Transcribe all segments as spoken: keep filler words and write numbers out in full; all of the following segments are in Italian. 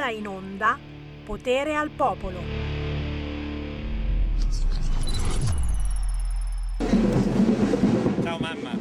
ora in onda Potere al Popolo. Ciao mamma.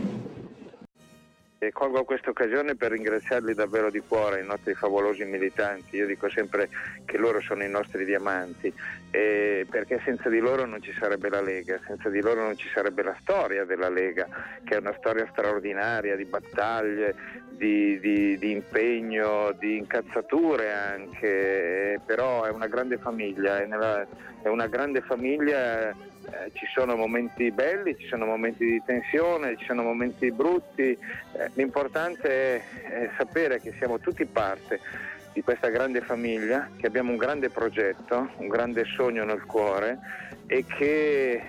E colgo questa occasione per ringraziarli davvero di cuore, i nostri favolosi militanti. Io dico sempre che loro sono i nostri diamanti, eh, perché senza di loro non ci sarebbe la Lega, senza di loro non ci sarebbe la storia della Lega, che è una storia straordinaria di battaglie, di, di, di impegno, di incazzature anche, eh, però è una grande famiglia, è, nella, è una grande famiglia. Eh, ci sono momenti belli, ci sono momenti di tensione, ci sono momenti brutti, eh, l'importante è, è sapere che siamo tutti parte di questa grande famiglia, che abbiamo un grande progetto, un grande sogno nel cuore e che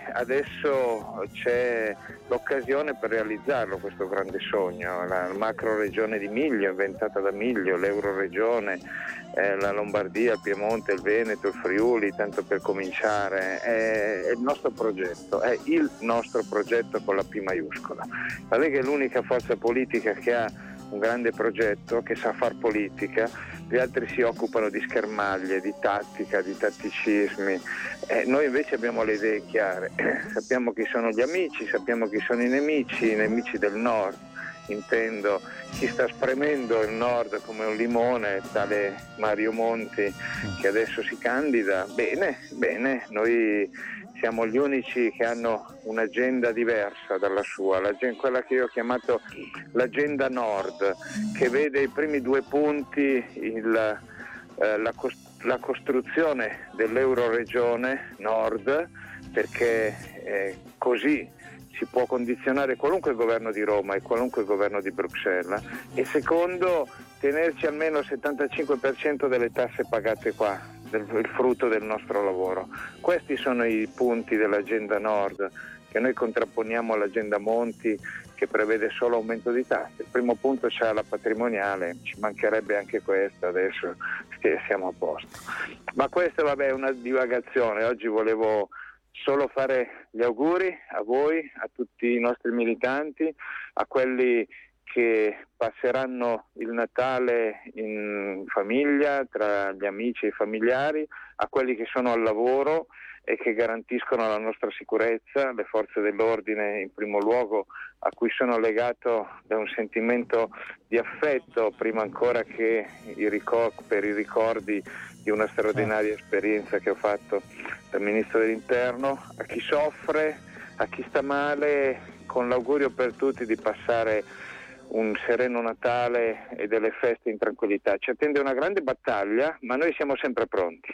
adesso c'è l'occasione per realizzarlo, questo grande sogno. La macro regione di Miglio, inventata da Miglio, l'Euroregione, eh, la Lombardia, il Piemonte, il Veneto, il Friuli, tanto per cominciare, è, è il nostro progetto, è il nostro progetto con la P maiuscola. La Lega è l'unica forza politica che ha un grande progetto, che sa far politica, gli altri si occupano di schermaglie, di tattica, di tatticismi, eh, noi invece abbiamo le idee chiare, sappiamo chi sono gli amici, sappiamo chi sono i nemici, i nemici del nord, intendo chi sta spremendo il nord come un limone, tale Mario Monti che adesso si candida. Bene, bene, noi siamo gli unici che hanno un'agenda diversa dalla sua, quella che io ho chiamato l'agenda nord, che vede i primi due punti, il, eh, la, cost- la costruzione dell'Euroregione nord, perché eh, così si può condizionare qualunque governo di Roma e qualunque governo di Bruxelles, e secondo, tenerci almeno il settantacinque per cento delle tasse pagate qua, del, il frutto del nostro lavoro. Questi sono i punti dell'agenda nord che noi contrapponiamo all'agenda Monti, che prevede solo aumento di tasse. Il primo punto c'è la patrimoniale, ci mancherebbe anche questa, adesso siamo a posto. Ma questa vabbè è una divagazione. Oggi volevo solo fare gli auguri a voi, a tutti i nostri militanti, a quelli che passeranno il Natale in famiglia, tra gli amici e i familiari, a quelli che sono al lavoro e che garantiscono la nostra sicurezza, le forze dell'ordine in primo luogo, a cui sono legato da un sentimento di affetto, prima ancora che i ricor- per i ricordi di una straordinaria esperienza che ho fatto da Ministro dell'Interno, a chi soffre, a chi sta male, con l'augurio per tutti di passare un sereno Natale e delle feste in tranquillità. Ci attende una grande battaglia, ma noi siamo sempre pronti.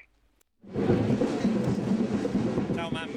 Ciao mamma.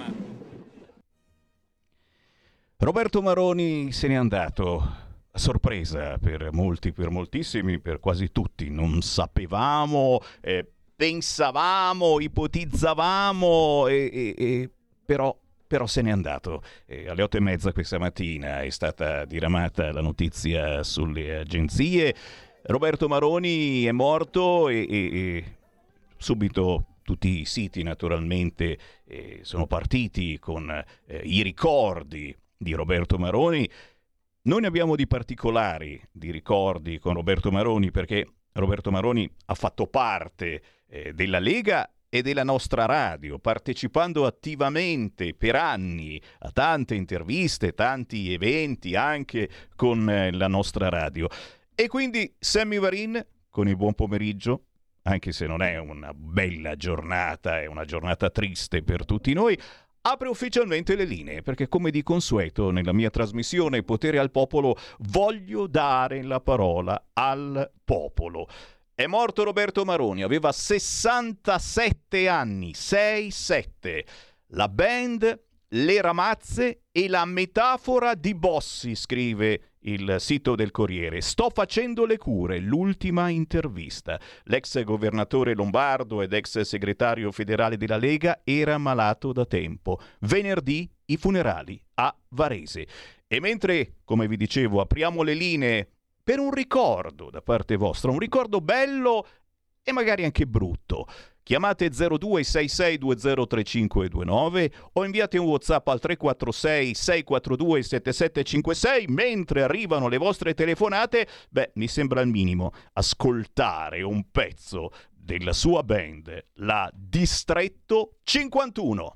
Roberto Maroni se n'è andato a sorpresa per molti, per moltissimi, per quasi tutti. Non sapevamo, eh, pensavamo, ipotizzavamo, e, e, e però... Però se n'è andato. Eh, alle otto e mezza questa mattina è stata diramata la notizia sulle agenzie. Roberto Maroni è morto e, e, e subito tutti i siti naturalmente eh, sono partiti con eh, i ricordi di Roberto Maroni. Noi ne abbiamo di particolari, di ricordi con Roberto Maroni, perché Roberto Maroni ha fatto parte eh, della Lega e della nostra radio, partecipando attivamente per anni a tante interviste, tanti eventi anche con eh, la nostra radio. E quindi Sammy Varin con il buon pomeriggio, anche se non è una bella giornata, è una giornata triste per tutti noi, apre ufficialmente le linee, perché come di consueto nella mia trasmissione Potere al Popolo voglio dare la parola al popolo. È morto Roberto Maroni, aveva sessantasette anni, sei sette. La band, le ramazze e la metafora di Bossi, scrive il sito del Corriere. Sto facendo le cure, l'ultima intervista. L'ex governatore lombardo ed ex segretario federale della Lega era malato da tempo. Venerdì i funerali a Varese. E mentre, come vi dicevo, apriamo le linee per un ricordo da parte vostra, un ricordo bello e magari anche brutto. Chiamate zero due sei sei due zero tre cinque due nove o inviate un WhatsApp al tre quattro sei sei quattro due sette sette cinque sei. Mentre arrivano le vostre telefonate, beh, mi sembra il minimo ascoltare un pezzo della sua band, la Distretto cinquantuno.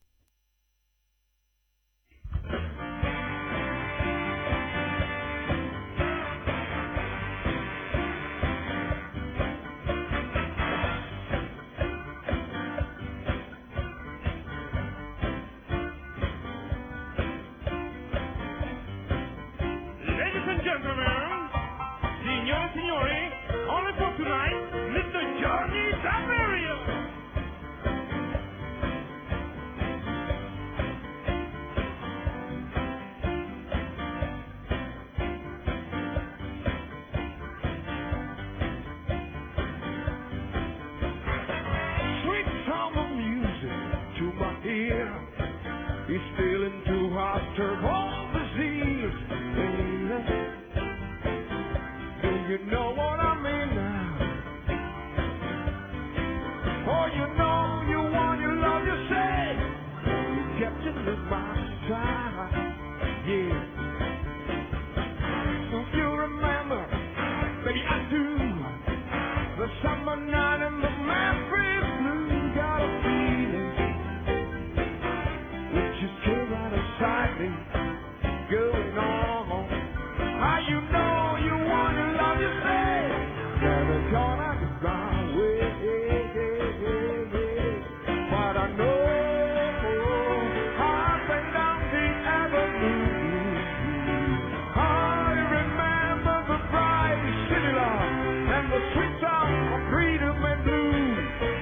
Signore e signori, only for tonight, mister Johnny Saverio. Sweet sound of music to my ear is stealing to heart turbo disease. You know what I mean now. Oh, you know you want your love, you say. You kept it in my side. Yeah. Don't you remember? Baby, I do. The summer night in the Memphis Blues. Got a feeling which is still right inside me. Going on. How you know you want your love, you say. Never gonna get my way. But I know I've been down the avenue. I remember the bright city light and the sweet sound of freedom and blues.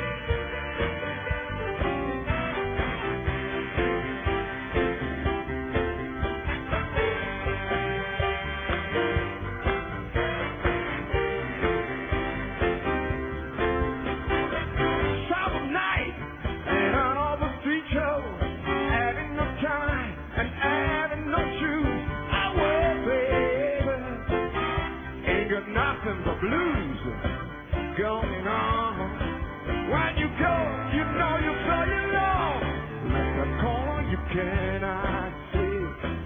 Nothing but blues going on. When you go, you know you so you know. Like a corner you cannot see.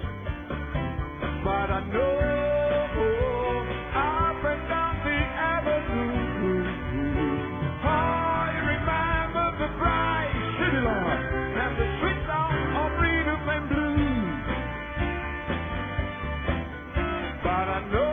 But I know I've been down the avenue. I remember the bright city light and the sweet sound of freedom and blues. But I know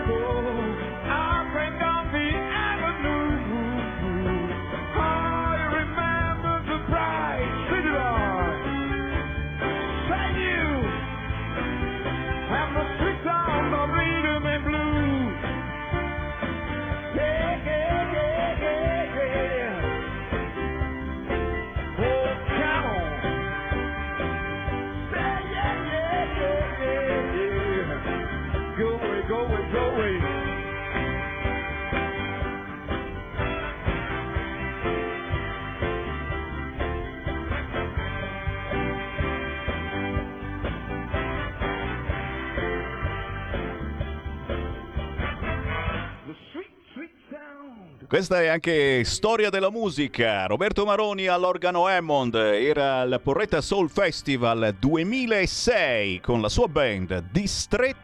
Questa è anche storia della musica. Roberto Maroni all'organo Hammond, era al Porretta Soul Festival duemilasei con la sua band Distretto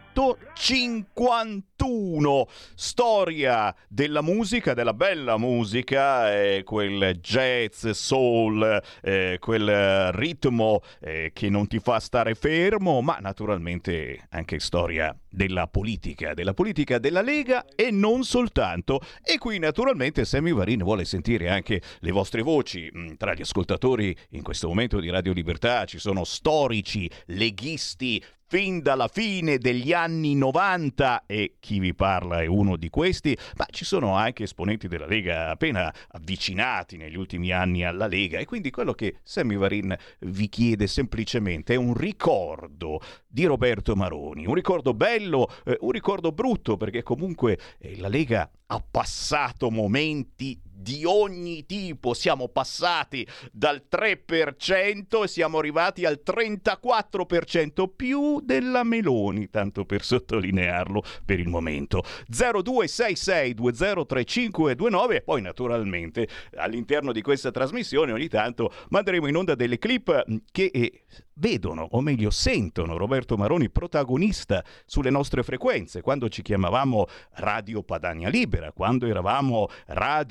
cinquantuno. Storia della musica, della bella musica, eh, quel jazz, soul, eh, quel ritmo eh, che non ti fa stare fermo, ma naturalmente anche storia della politica, della politica della Lega e non soltanto. E qui naturalmente Sammy Varin vuole sentire anche le vostre voci. Tra gli ascoltatori in questo momento di Radio Libertà ci sono storici leghisti fin dalla fine degli anni novanta e chi vi parla è uno di questi, ma ci sono anche esponenti della Lega appena avvicinati negli ultimi anni alla Lega, e quindi quello che Sammy Varin vi chiede semplicemente è un ricordo di Roberto Maroni, un ricordo bello, eh, un ricordo brutto, perché comunque eh, la Lega ha passato momenti di ogni tipo. Siamo passati dal tre per cento e siamo arrivati al trentaquattro per cento, più della Meloni, tanto per sottolinearlo per il momento. zero due sei sei due zero tre cinque due nove. E poi naturalmente all'interno di questa trasmissione ogni tanto manderemo in onda delle clip che eh, vedono, o meglio sentono, Roberto Maroni protagonista sulle nostre frequenze, quando ci chiamavamo Radio Padania Libera, quando eravamo Radio R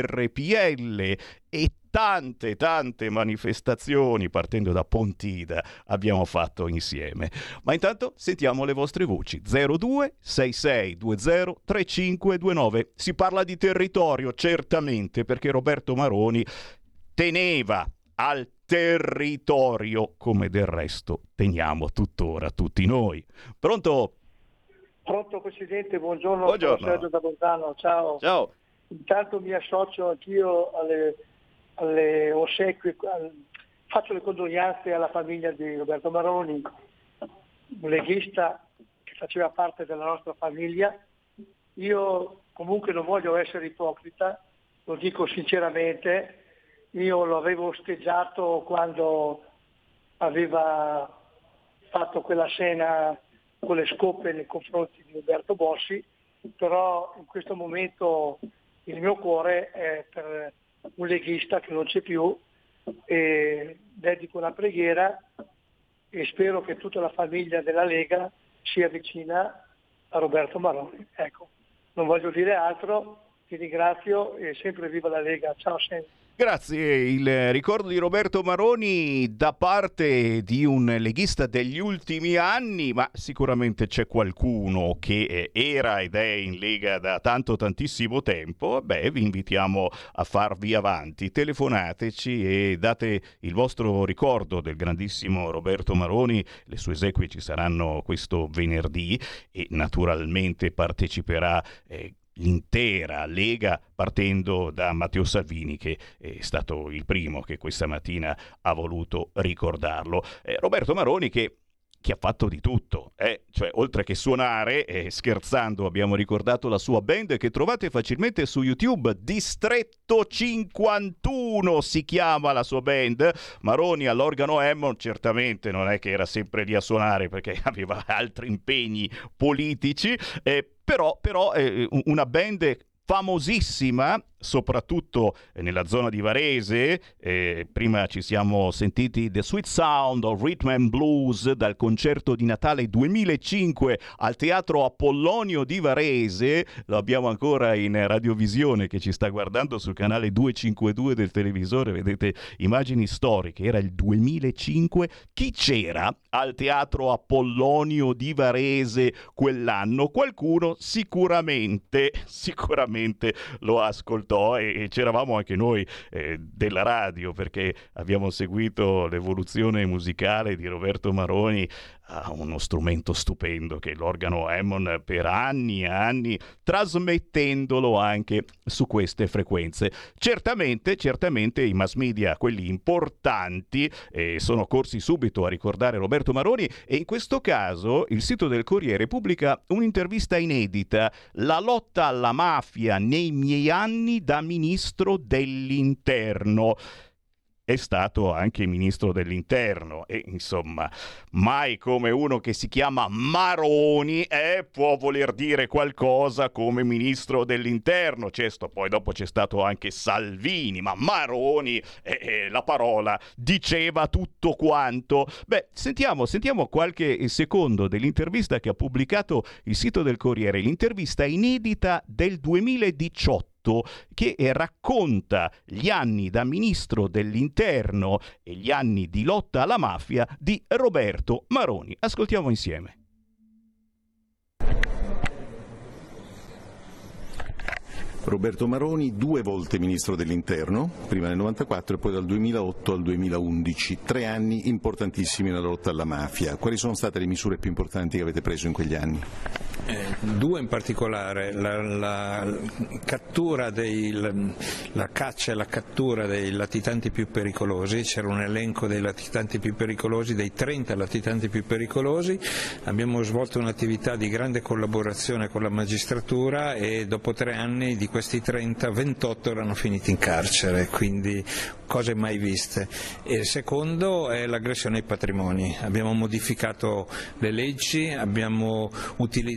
R P L e tante tante manifestazioni partendo da Pontida abbiamo fatto insieme. Ma intanto sentiamo le vostre voci. zero due sei sei due zero tre cinque due nove. Si parla di territorio, certamente, perché Roberto Maroni teneva al territorio, come del resto teniamo tuttora tutti noi. Pronto? Pronto Presidente, buongiorno. Buongiorno. Sono Sergio da Bolzano, ciao. Ciao. Intanto mi associo anch'io alle, alle ossequie, al, faccio le condoglianze alla famiglia di Roberto Maroni, un leghista che faceva parte della nostra famiglia. Io comunque non voglio essere ipocrita, lo dico sinceramente, io lo avevo osteggiato quando aveva fatto quella scena con le scope nei confronti di Umberto Bossi, però in questo momento il mio cuore è per un leghista che non c'è più e dedico una preghiera e spero che tutta la famiglia della Lega sia vicina a Roberto Maroni. Ecco, non voglio dire altro, ti ringrazio e sempre viva la Lega. Ciao sempre. Grazie, il ricordo di Roberto Maroni da parte di un leghista degli ultimi anni, ma sicuramente c'è qualcuno che era ed è in Lega da tanto tantissimo tempo. Beh, vi invitiamo a farvi avanti, telefonateci e date il vostro ricordo del grandissimo Roberto Maroni. Le sue esequie ci saranno questo venerdì e naturalmente parteciperà eh, l'intera Lega, partendo da Matteo Salvini, che è stato il primo che questa mattina ha voluto ricordarlo. Eh, Roberto Maroni che, che ha fatto di tutto, eh? Cioè, oltre che suonare, eh, scherzando abbiamo ricordato la sua band che trovate facilmente su YouTube, Distretto cinquantuno si chiama la sua band. Maroni all'organo Hammond certamente non è che era sempre lì a suonare perché aveva altri impegni politici, eh, Però, però eh, una band famosissima, soprattutto nella zona di Varese. Eh, prima ci siamo sentiti The Sweet Sound of Rhythm and Blues dal concerto di Natale duemilacinque al Teatro Apollonio di Varese. Lo abbiamo ancora in radiovisione, che ci sta guardando sul canale duecentocinquantadue del televisore. Vedete immagini storiche, era il duemilacinque. Chi c'era al Teatro Apollonio di Varese quell'anno? Qualcuno sicuramente sicuramente lo ascoltò e, e c'eravamo anche noi eh, della radio, perché abbiamo seguito l'evoluzione musicale di Roberto Maroni a uno strumento stupendo che è l'organo Hammond, per anni e anni, trasmettendolo anche su queste frequenze. Certamente, certamente i mass media, quelli importanti, eh, sono corsi subito a ricordare Roberto Maroni, e in questo caso il sito del Corriere pubblica un'intervista inedita: la lotta alla mafia nei miei anni da ministro dell'interno. È stato anche ministro dell'interno e insomma mai come uno che si chiama Maroni eh, può voler dire qualcosa come ministro dell'interno. Certo, poi dopo c'è stato anche Salvini, ma Maroni eh, eh, la parola diceva tutto quanto. Beh, sentiamo, sentiamo qualche secondo dell'intervista che ha pubblicato il sito del Corriere, l'intervista inedita del duemiladiciotto, che racconta gli anni da ministro dell'interno e gli anni di lotta alla mafia di Roberto Maroni. Ascoltiamo insieme. Roberto Maroni, due volte ministro dell'interno, prima nel novantaquattro e poi dal duemilaotto al duemilaundici, tre anni importantissimi nella lotta alla mafia. Quali sono state le misure più importanti che avete preso in quegli anni? Eh, due in particolare, la, la cattura dei, la, la caccia e la cattura dei latitanti più pericolosi. C'era un elenco dei latitanti più pericolosi, dei trenta latitanti più pericolosi. Abbiamo svolto un'attività di grande collaborazione con la magistratura e dopo tre anni di questi trenta, ventotto erano finiti in carcere, quindi cose mai viste. E il secondo è l'aggressione ai patrimoni. Abbiamo modificato le leggi, abbiamo utilizzato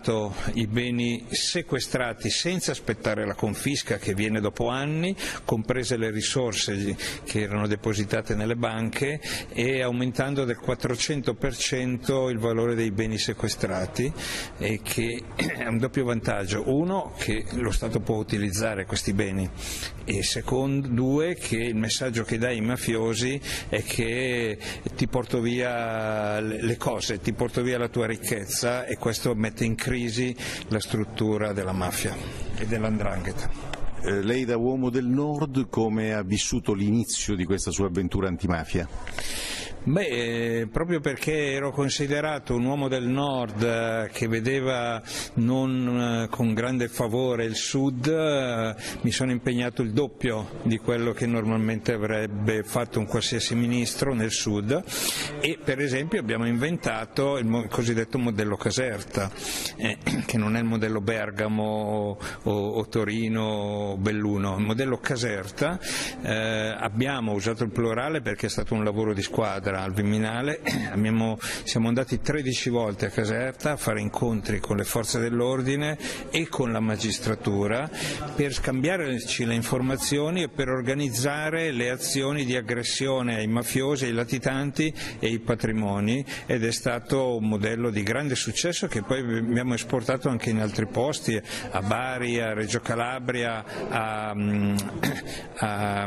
liberato i beni sequestrati senza aspettare la confisca che viene dopo anni, comprese le risorse che erano depositate nelle banche, e aumentando del quattrocento per cento il valore dei beni sequestrati, e che ha un doppio vantaggio: uno, che lo Stato può utilizzare questi beni, e secondo, due, che il messaggio che dà ai mafiosi è che ti porto via le cose, ti porto via la tua ricchezza, e questo mette in crisi la struttura della mafia e dell'andrangheta. Eh, lei da uomo del Nord come ha vissuto l'inizio di questa sua avventura antimafia? Beh, eh, proprio perché ero considerato un uomo del Nord eh, che vedeva non eh, con grande favore il Sud, eh, mi sono impegnato il doppio di quello che normalmente avrebbe fatto un qualsiasi ministro nel Sud, e per esempio abbiamo inventato il, mo- il cosiddetto modello Caserta, eh, che non è il modello Bergamo o, o Torino o Belluno. Il modello Caserta, eh, abbiamo usato il plurale perché è stato un lavoro di squadra al Viminale. Abbiamo, siamo andati tredici volte a Caserta a fare incontri con le forze dell'ordine e con la magistratura per scambiarci le informazioni e per organizzare le azioni di aggressione ai mafiosi, ai latitanti e ai patrimoni, ed è stato un modello di grande successo che poi abbiamo esportato anche in altri posti, a Bari, a Reggio Calabria, a, a,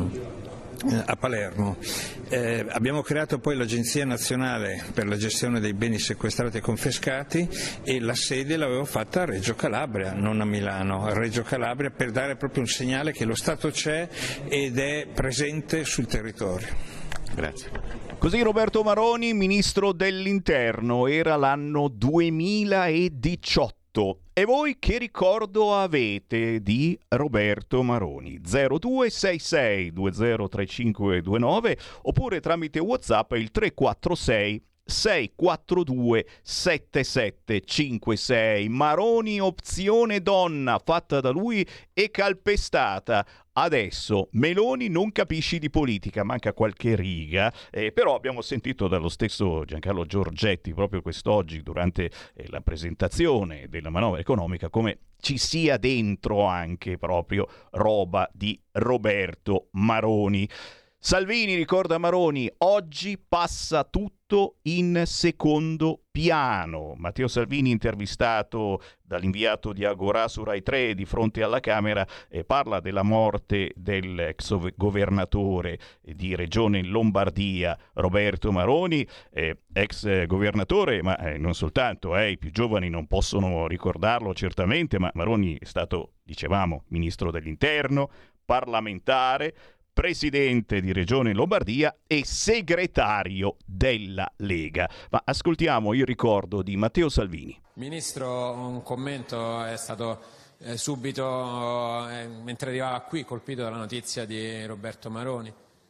a Palermo. Eh, abbiamo creato poi l'Agenzia Nazionale per la gestione dei beni sequestrati e confiscati, e la sede l'avevo fatta a Reggio Calabria, non a Milano, a Reggio Calabria, per dare proprio un segnale che lo Stato c'è ed è presente sul territorio. Grazie. Così Roberto Maroni, ministro dell'Interno, era l'anno duemiladiciotto. E voi che ricordo avete di Roberto Maroni? zero due sei sei due zero tre cinque due nove oppure tramite WhatsApp il tre quattro sei sei quattro due sette sette cinque sei. Maroni opzione donna fatta da lui e calpestata. Adesso Meloni non capisci di politica, manca qualche riga, eh, però abbiamo sentito dallo stesso Giancarlo Giorgetti proprio quest'oggi durante eh, la presentazione della manovra economica come ci sia dentro anche proprio roba di Roberto Maroni. Salvini ricorda Maroni, oggi passa tutto in secondo piano. Matteo Salvini, intervistato dall'inviato di Agorà su Rai tre di fronte alla Camera, eh, parla della morte dell'ex governatore di Regione Lombardia, Roberto Maroni, eh, ex governatore, ma eh, non soltanto, eh, i più giovani non possono ricordarlo certamente, ma Maroni è stato, dicevamo, ministro dell'Interno, parlamentare, presidente di Regione Lombardia e segretario della Lega. Ma ascoltiamo il ricordo di Matteo Salvini. Ministro, un commento: è stato eh, subito, eh, mentre arrivava qui, colpito dalla notizia di Roberto Maroni?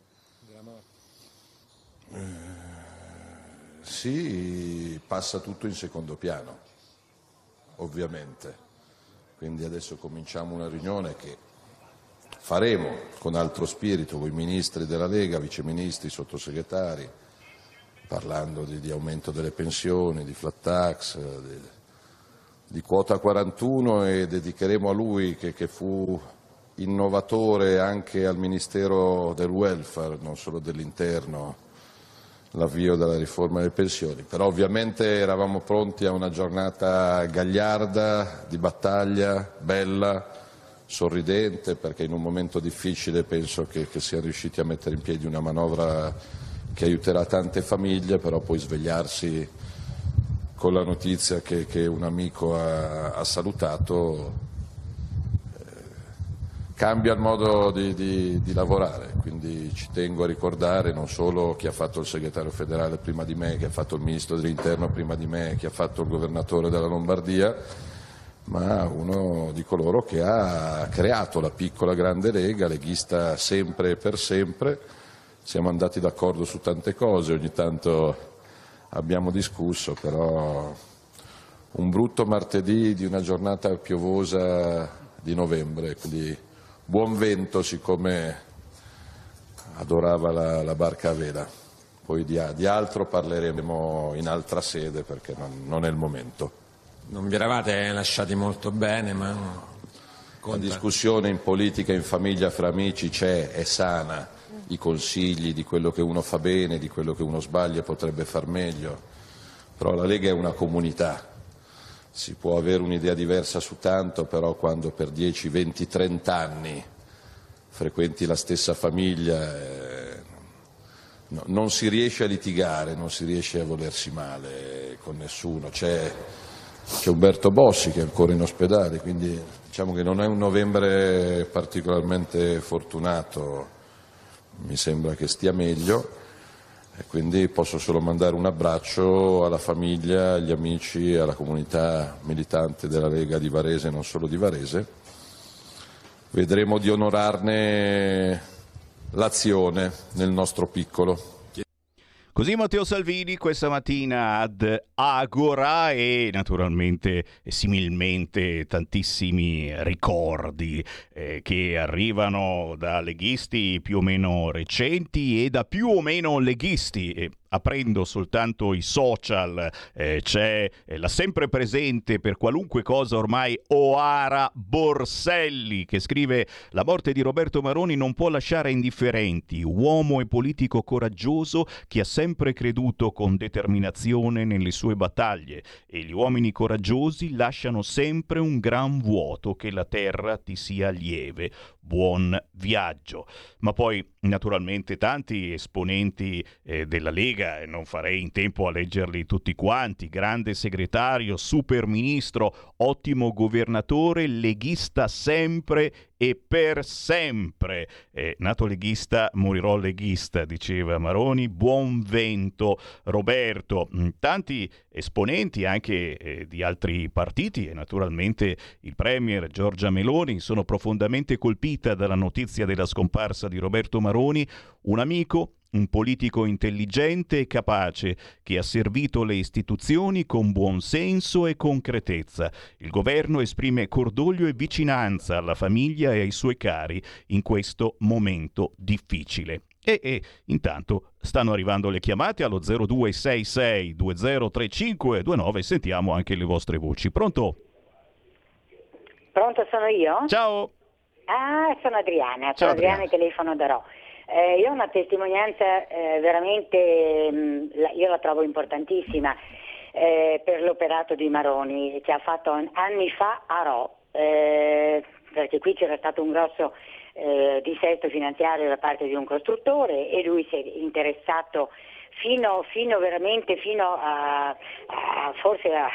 Eh, sì, passa tutto in secondo piano, ovviamente. Quindi adesso cominciamo una riunione che faremo con altro spirito con i ministri della Lega, viceministri, sottosegretari, parlando di, di aumento delle pensioni, di flat tax, di, di quota quarantuno, e dedicheremo a lui, che, che fu innovatore anche al Ministero del Welfare, non solo dell'Interno, l'avvio della riforma delle pensioni. Però ovviamente eravamo pronti a una giornata gagliarda, di battaglia, bella, sorridente, perché in un momento difficile penso che, che siano riusciti a mettere in piedi una manovra che aiuterà tante famiglie, però poi svegliarsi con la notizia che, che un amico ha, ha salutato eh, cambia il modo di, di, di lavorare, quindi ci tengo a ricordare non solo chi ha fatto il segretario federale prima di me, chi ha fatto il ministro dell'Interno prima di me, chi ha fatto il governatore della Lombardia, ma uno di coloro che ha creato la piccola grande Lega, leghista sempre e per sempre. Siamo andati d'accordo su tante cose, ogni tanto abbiamo discusso, però un brutto martedì di una giornata piovosa di novembre, quindi buon vento, siccome adorava la, la barca a vela. Poi di, di altro parleremo in altra sede perché non, non è il momento. non vi eravate lasciati molto bene, ma... La discussione in politica, in famiglia, fra amici c'è, è sana, i consigli di quello che uno fa bene, di quello che uno sbaglia potrebbe far meglio, però la Lega è una comunità, si può avere un'idea diversa su tanto, però quando per dieci, venti, trenta anni frequenti la stessa famiglia eh, no, non si riesce a litigare, non si riesce a volersi male con nessuno. C'è, c'è Umberto Bossi che è ancora in ospedale, quindi diciamo che non è un novembre particolarmente fortunato, mi sembra che stia meglio e quindi posso solo mandare un abbraccio alla famiglia, agli amici e alla comunità militante della Lega di Varese e non solo di Varese. Vedremo di onorarne l'azione nel nostro piccolo. Così Matteo Salvini questa mattina ad Agora e naturalmente e similmente tantissimi ricordi eh, che arrivano da leghisti più o meno recenti e da più o meno leghisti. E aprendo soltanto i social eh, c'è eh, la sempre presente per qualunque cosa ormai Oara Borselli che scrive: la morte di Roberto Maroni non può lasciare indifferenti, uomo e politico coraggioso che ha sempre creduto con determinazione nelle sue battaglie, e gli uomini coraggiosi lasciano sempre un gran vuoto, che la terra ti sia lieve. Buon viaggio. Ma poi naturalmente tanti esponenti eh, della Lega, e non farei in tempo a leggerli tutti quanti: grande segretario, super ministro, ottimo governatore, leghista sempre e per sempre. Eh, nato leghista, morirò leghista, diceva Maroni. Buon vento Roberto. Tanti esponenti anche eh, di altri partiti e naturalmente il premier Giorgia Meloni sono profondamente colpiti dalla notizia della scomparsa di Roberto Maroni, un amico, un politico intelligente e capace che ha servito le istituzioni con buon senso e concretezza. Il governo esprime cordoglio e vicinanza alla famiglia e ai suoi cari in questo momento difficile. E, e intanto stanno arrivando le chiamate allo zero due sei sei due zero tre cinque due nove, sentiamo anche le vostre voci. Pronto? Pronto, sono io? Ciao. Ah, sono Adriana, Ciao, sono Adriana e telefono darò. Eh, io ho una testimonianza eh, veramente, mh, la, io la trovo importantissima eh, per l'operato di Maroni che ha fatto anni fa a Rho, eh, perché qui c'era stato un grosso eh, dissesto finanziario da parte di un costruttore e lui si è interessato fino, fino veramente fino a, a forse a, a,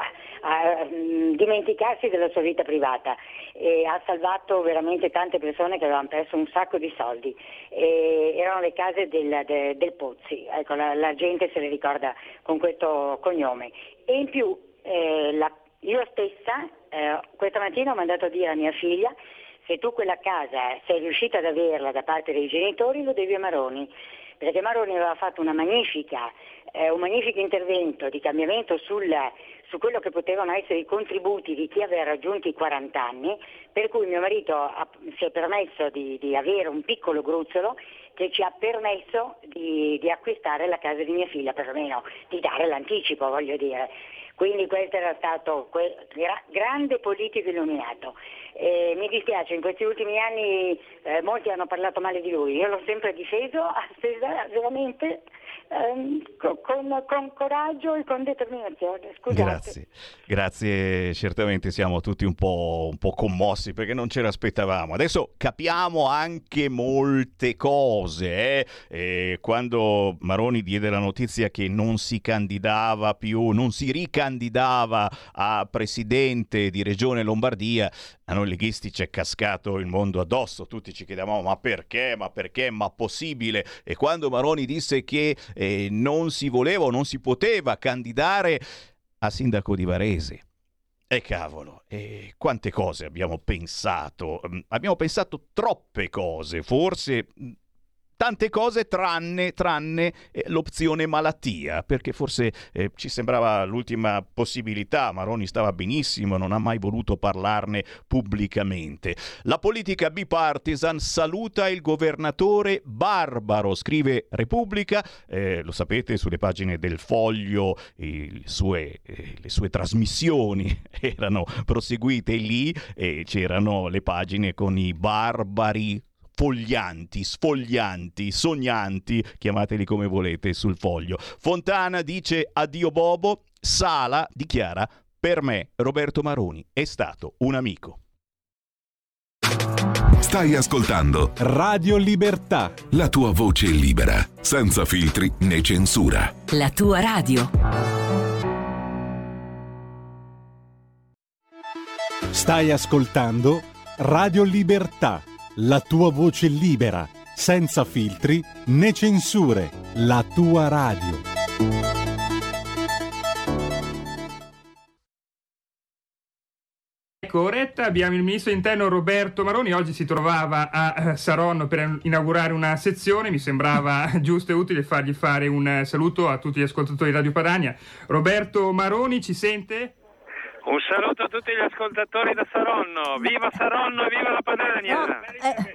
a um, dimenticarsi della sua vita privata, e ha salvato veramente tante persone che avevano perso un sacco di soldi. E erano le case del, de, del Pozzi, ecco, la, la gente se le ricorda con questo cognome. E in più eh, la, io stessa eh, questa mattina ho mandato a dire a mia figlia: se tu quella casa sei riuscita ad averla da parte dei genitori, lo devi a Maroni, perché Maroni aveva fatto una magnifica, eh, un magnifico intervento di cambiamento sul, su quello che potevano essere i contributi di chi aveva raggiunto i quaranta anni, per cui mio marito ha, si è permesso di, di avere un piccolo gruzzolo che ci ha permesso di, di acquistare la casa di mia figlia, perlomeno di dare l'anticipo, voglio dire. Quindi questo era stato que- gra- grande politico illuminato. Eh, mi dispiace, in questi ultimi anni eh, molti hanno parlato male di lui, io l'ho sempre difeso veramente ehm, con, con coraggio e con determinazione. Scusate. Grazie, grazie, certamente siamo tutti un po', un po' commossi perché non ce l'aspettavamo. Adesso capiamo anche molte cose. Eh? E quando Maroni diede la notizia che non si candidava più, non si ricandidava a presidente di Regione Lombardia, a noi leghisti c'è cascato il mondo addosso, tutti ci chiedevamo ma perché, ma perché, ma possibile? E quando Maroni disse che eh, non si voleva o non si poteva candidare a sindaco di Varese, e cavolo, e quante cose abbiamo pensato, abbiamo pensato troppe cose, forse tante cose tranne, tranne eh, l'opzione malattia, perché forse eh, ci sembrava l'ultima possibilità. Maroni stava benissimo, non ha mai voluto parlarne pubblicamente. La politica bipartisan saluta il governatore barbaro, scrive Repubblica, eh, lo sapete, sulle pagine del Foglio eh, le, sue, eh, le sue trasmissioni erano proseguite lì e c'erano le pagine con i barbari foglianti, sfoglianti, sognanti, chiamateli come volete, sul Foglio. Fontana dice addio Bobo, Sala dichiara: per me Roberto Maroni è stato un amico. Stai ascoltando Radio Libertà, la tua voce libera, senza filtri né censura. La tua radio. Stai ascoltando Radio Libertà, la tua voce libera, senza filtri né censure. La tua radio. Ecco, oretta abbiamo il ministro dell'Interno Roberto Maroni. Oggi si trovava a Saronno per inaugurare una sezione. Mi sembrava giusto e utile fargli fare un saluto a tutti gli ascoltatori di Radio Padania. Roberto Maroni, ci sente? Un saluto a tutti gli ascoltatori da Saronno. Viva Saronno e viva la Padania! No, eh...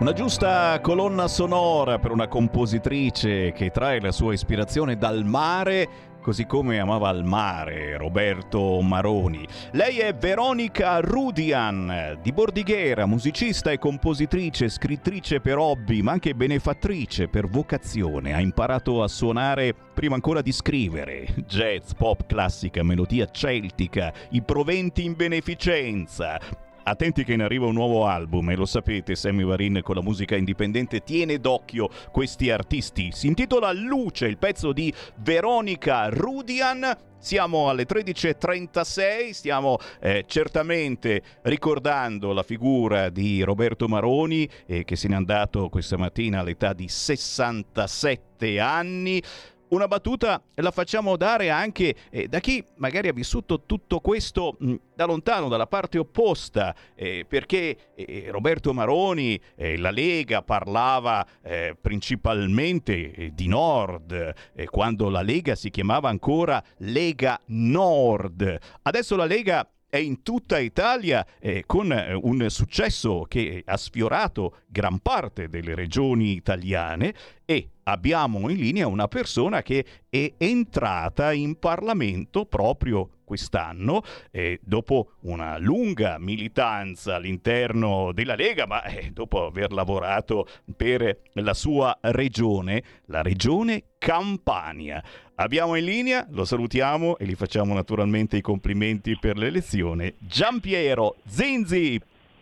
Una giusta colonna sonora per una compositrice che trae la sua ispirazione dal mare, così come amava il mare Roberto Maroni. Lei è Veronica Rudian, di Bordighera, musicista e compositrice, scrittrice per hobby, ma anche benefattrice per vocazione. Ha imparato a suonare prima ancora di scrivere jazz, pop, classica, melodia celtica, i proventi in beneficenza. Attenti che in arriva un nuovo album e lo sapete, Sammy Varin con la musica indipendente tiene d'occhio questi artisti. Si intitola Luce, il pezzo di Veronica Rudian. Siamo alle tredici e trentasei, stiamo eh, certamente ricordando la figura di Roberto Maroni eh, che se n'è andato questa mattina all'età di sessantasette anni. Una battuta la facciamo dare anche eh, da chi magari ha vissuto tutto questo mh, da lontano, dalla parte opposta, eh, perché eh, Roberto Maroni, eh, la Lega parlava eh, principalmente eh, di Nord, eh, quando la Lega si chiamava ancora Lega Nord. Adesso la Lega è in tutta Italia eh, con eh, un successo che ha sfiorato gran parte delle regioni italiane e abbiamo in linea una persona che è entrata in Parlamento proprio quest'anno, eh, dopo una lunga militanza all'interno della Lega, ma eh, dopo aver lavorato per la sua regione, la regione Campania. Abbiamo in linea, lo salutiamo e gli facciamo naturalmente i complimenti per l'elezione, Giampiero Zinzi.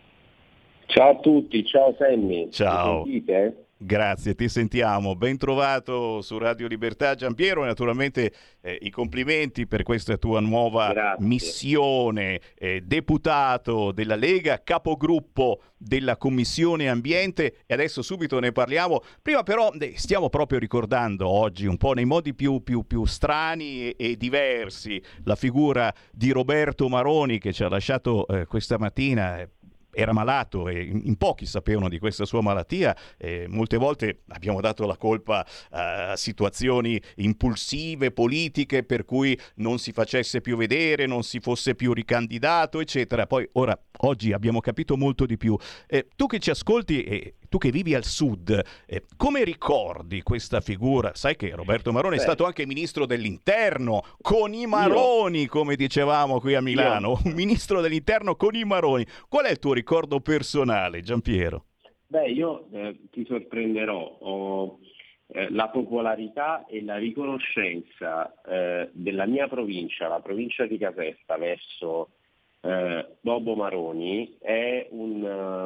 Ciao a tutti, ciao Sammy. Ciao. Mi sentite? Grazie, ti sentiamo. Ben trovato su Radio Libertà, Giampiero, e naturalmente eh, i complimenti per questa tua nuova Grazie. missione, eh, deputato della Lega, capogruppo della Commissione Ambiente, e adesso subito ne parliamo. Prima però eh, stiamo proprio ricordando oggi un po' nei modi più, più, più strani e, e diversi la figura di Roberto Maroni, che ci ha lasciato eh, questa mattina. Eh, Era malato e in pochi sapevano di questa sua malattia. Eh, molte volte abbiamo dato la colpa a situazioni impulsive, politiche, per cui non si facesse più vedere, non si fosse più ricandidato, eccetera. Poi ora, oggi abbiamo capito molto di più. Eh, tu che ci ascolti e tu che vivi al sud, eh, come ricordi questa figura? Sai che Roberto Maroni Beh. è stato anche ministro dell'interno, con i Maroni, io. come dicevamo qui a Milano. Io. Un ministro dell'interno con i Maroni. Qual è il tuo ricordo personale, Giampiero? Beh, io eh, ti sorprenderò. Ho eh, la popolarità e la riconoscenza eh, della mia provincia, la provincia di Caserta, verso eh, Bobo Maroni è un...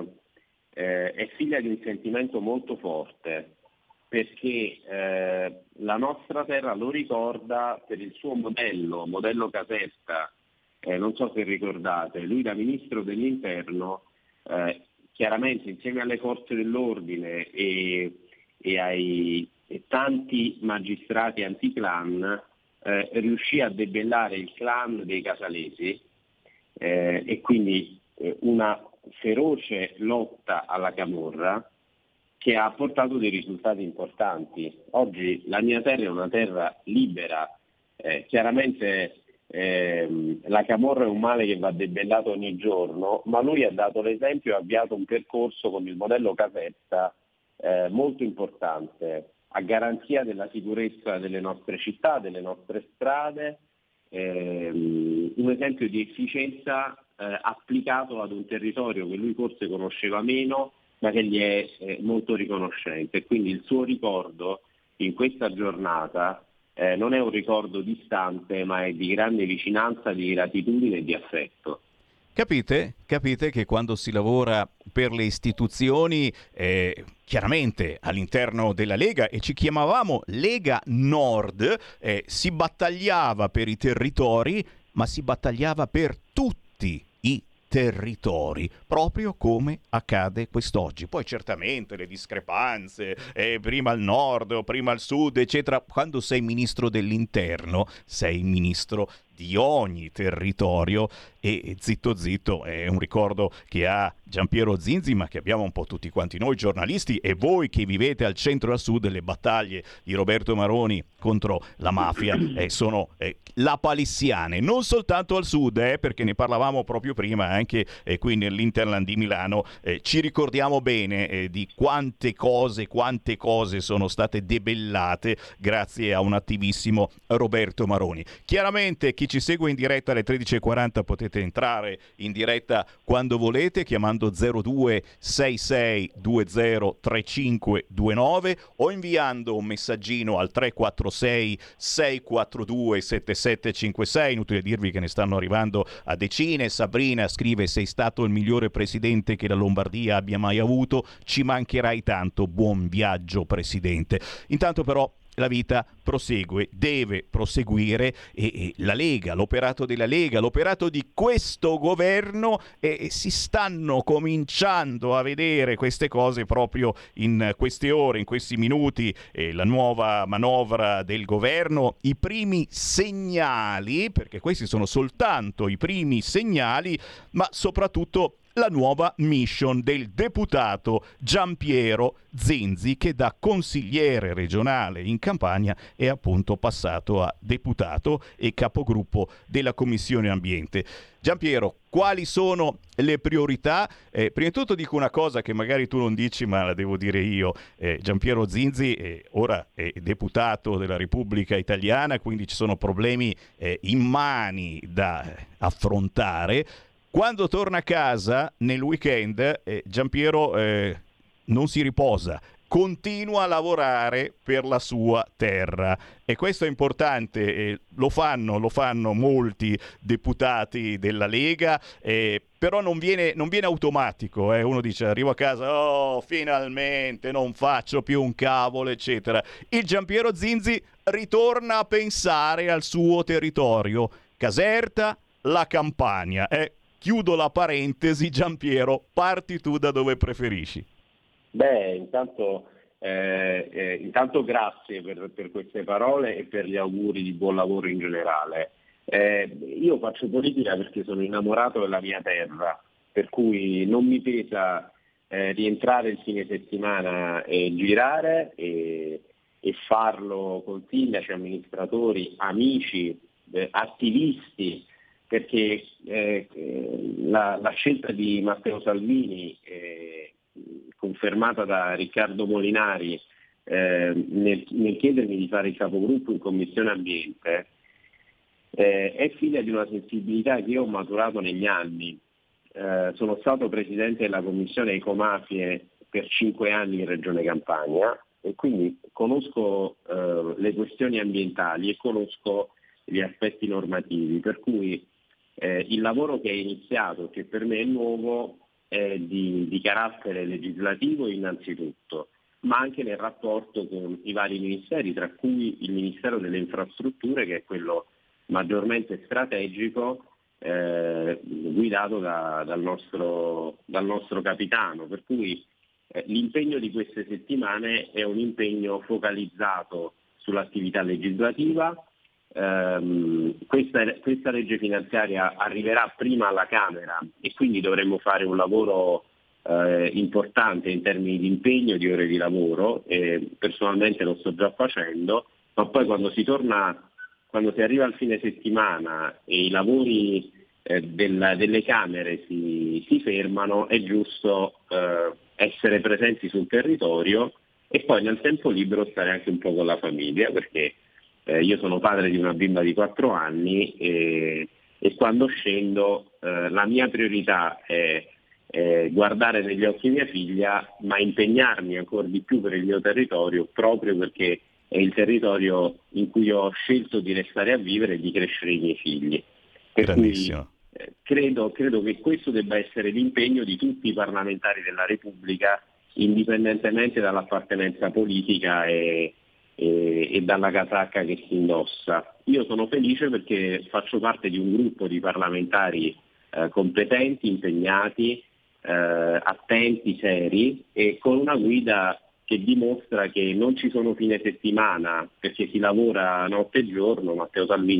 Eh, è figlia di un sentimento molto forte, perché eh, la nostra terra lo ricorda per il suo modello, modello Caserta, eh, non so se ricordate, lui da ministro dell'interno, eh, chiaramente insieme alle forze dell'ordine e, e ai e tanti magistrati anticlan, eh, riuscì a debellare il clan dei casalesi eh, e quindi eh, una feroce lotta alla camorra che ha portato dei risultati importanti. Oggi la mia terra è una terra libera, eh, chiaramente ehm, la camorra è un male che va debellato ogni giorno, ma lui ha dato l'esempio e ha avviato un percorso con il modello Caserta eh, molto importante, a garanzia della sicurezza delle nostre città, delle nostre strade, ehm, un esempio di efficienza Eh, applicato ad un territorio che lui forse conosceva meno, ma che gli è eh, molto riconoscente. Quindi il suo ricordo in questa giornata eh, non è un ricordo distante, ma è di grande vicinanza, di gratitudine e di affetto. Capite? Capite che quando si lavora per le istituzioni, eh, chiaramente all'interno della Lega, e ci chiamavamo Lega Nord, eh, si battagliava per i territori, ma si battagliava per tutti i territori, proprio come accade quest'oggi. Poi certamente le discrepanze, eh, prima al nord o prima al sud, eccetera. Quando sei ministro dell'interno, sei ministro di ogni territorio, e zitto zitto è un ricordo che ha Giampiero Zinzi, ma che abbiamo un po' tutti quanti noi giornalisti e voi che vivete al centro e al sud. Le battaglie di Roberto Maroni contro la mafia eh, sono eh, lapalissiane, non soltanto al sud, eh, perché ne parlavamo proprio prima, anche eh, qui nell'Interland di Milano eh, ci ricordiamo bene eh, di quante cose, quante cose sono state debellate grazie a un attivissimo Roberto Maroni. Chiaramente chi ci segue in diretta alle tredici e quaranta potete entrare in diretta quando volete chiamando zero due sei sei due zero tre cinque due nove o inviando un messaggino al tre quattro sei sei quattro due sette sette cinque sei. Inutile dirvi che ne stanno arrivando a decine. Sabrina scrive: sei stato il migliore presidente che la Lombardia abbia mai avuto, ci mancherai tanto, buon viaggio presidente. Intanto però la vita prosegue, deve proseguire e, e la Lega, l'operato della Lega, l'operato di questo governo e, e si stanno cominciando a vedere queste cose proprio in queste ore, in questi minuti, e la nuova manovra del governo, i primi segnali, perché questi sono soltanto i primi segnali, ma soprattutto la nuova mission del deputato Giampiero Zinzi, che da consigliere regionale in Campania è appunto passato a deputato e capogruppo della Commissione Ambiente. Giampiero, quali sono le priorità? Eh, prima di tutto dico una cosa che magari tu non dici, ma la devo dire io. Eh, Giampiero Zinzi eh, ora è deputato della Repubblica Italiana, quindi ci sono problemi eh, immani da affrontare. Quando torna a casa nel weekend, eh, Giampiero eh, non si riposa, continua a lavorare per la sua terra e questo è importante, eh, lo fanno, lo fanno molti deputati della Lega, eh, però non viene, non viene automatico, eh. Uno dice arrivo a casa, oh finalmente non faccio più un cavolo eccetera. Il Giampiero Zinzi ritorna a pensare al suo territorio, Caserta, la Campania, eh. Chiudo la parentesi. Giampiero, parti tu da dove preferisci. Beh, intanto, eh, eh, intanto grazie per, per queste parole e per gli auguri di buon lavoro in generale. Eh, io faccio politica perché sono innamorato della mia terra, per cui non mi pesa eh, rientrare il fine settimana e girare e, e farlo con sindaci, amministratori, amici, eh, attivisti, perché eh, la, la scelta di Matteo Salvini, eh, confermata da Riccardo Molinari eh, nel, nel chiedermi di fare il capogruppo in Commissione Ambiente, eh, è figlia di una sensibilità che io ho maturato negli anni. Eh, sono stato presidente della Commissione Ecomafie per cinque anni in Regione Campania e quindi conosco eh, le questioni ambientali e conosco gli aspetti normativi, per cui Eh, il lavoro che è iniziato, che per me è nuovo, è di, di carattere legislativo innanzitutto, ma anche nel rapporto con i vari ministeri, tra cui il Ministero delle Infrastrutture, che è quello maggiormente strategico, eh, guidato da, dal, nostro, dal nostro capitano. Per cui eh, l'impegno di queste settimane è un impegno focalizzato sull'attività legislativa. Um, questa, questa legge finanziaria arriverà prima alla Camera e quindi dovremo fare un lavoro eh, importante in termini di impegno, di ore di lavoro, e personalmente lo sto già facendo, ma poi quando si torna, quando si arriva al fine settimana e i lavori eh, della, delle Camere si, si fermano, è giusto eh, essere presenti sul territorio e poi nel tempo libero stare anche un po' con la famiglia, perché Eh, io sono padre di una bimba di quattro anni e, e quando scendo eh, la mia priorità è, è guardare negli occhi mia figlia, ma impegnarmi ancora di più per il mio territorio, proprio perché è il territorio in cui ho scelto di restare a vivere e di crescere i miei figli. Per cui eh, credo, credo che questo debba essere l'impegno di tutti i parlamentari della Repubblica, indipendentemente dall'appartenenza politica e E, e dalla casacca che si indossa. Io sono felice perché faccio parte di un gruppo di parlamentari eh, competenti, impegnati, eh, attenti, seri e con una guida che dimostra che non ci sono fine settimana perché si lavora notte e giorno. Matteo Salvini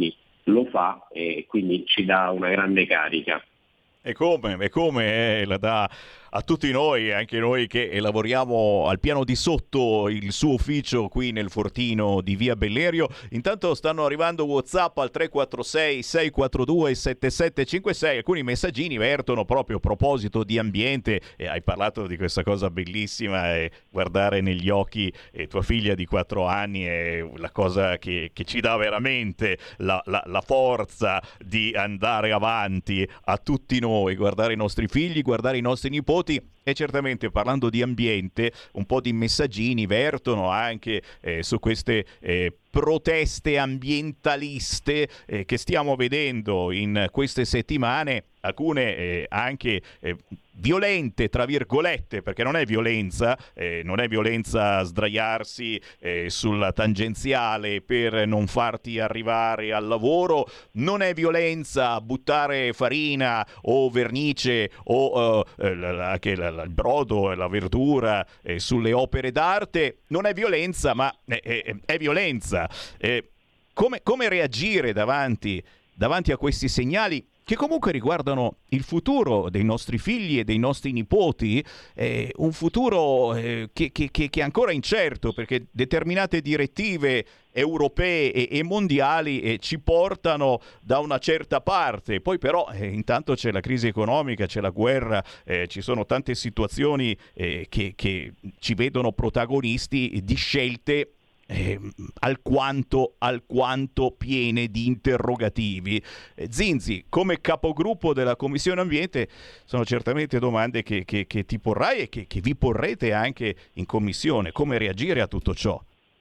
lo fa e quindi ci dà una grande carica. E come, e come eh, la dà a tutti noi, anche noi che eh, lavoriamo al piano di sotto il suo ufficio qui nel Fortino di Via Bellerio. Intanto stanno arrivando WhatsApp al tre quattro sei sei quattro due sette sette cinque sei, alcuni messaggini vertono proprio a proposito di ambiente, e hai parlato di questa cosa bellissima, e guardare negli occhi eh, tua figlia di quattro anni è la cosa che, che ci dà veramente la, la, la forza di andare avanti a tutti noi, guardare i nostri figli, guardare i nostri nipoti. E certamente, parlando di ambiente, un po' di messaggini vertono anche eh, su queste eh, proteste ambientaliste eh, che stiamo vedendo in queste settimane, alcune eh, anche eh, violente, tra virgolette, perché non è violenza, eh, non è violenza sdraiarsi eh, sulla tangenziale per non farti arrivare al lavoro, non è violenza buttare farina o vernice o eh, anche il brodo e la verdura eh, sulle opere d'arte, non è violenza, ma è, è, è violenza. Eh, come, come reagire davanti, davanti a questi segnali che comunque riguardano il futuro dei nostri figli e dei nostri nipoti, eh, un futuro eh, che, che, che è ancora incerto, perché determinate direttive europee e, e mondiali eh, ci portano da una certa parte, poi però eh, intanto c'è la crisi economica, c'è la guerra, eh, ci sono tante situazioni eh, che, che ci vedono protagonisti di scelte Eh, alquanto, alquanto piene di interrogativi. Eh, Zinzi, come capogruppo della Commissione Ambiente, sono certamente domande che, che, che ti porrai e che, che vi porrete anche in Commissione. Come reagire a tutto ciò?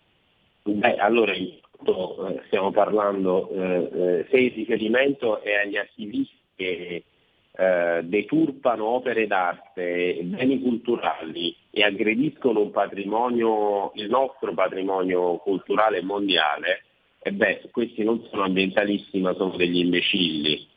Beh, allora, stiamo parlando, eh, eh, se il riferimento è agli attivisti che eh, deturpano opere d'arte, beni culturali e aggrediscono un patrimonio, il nostro patrimonio culturale mondiale, e beh, questi non sono ambientalisti ma sono degli imbecilli.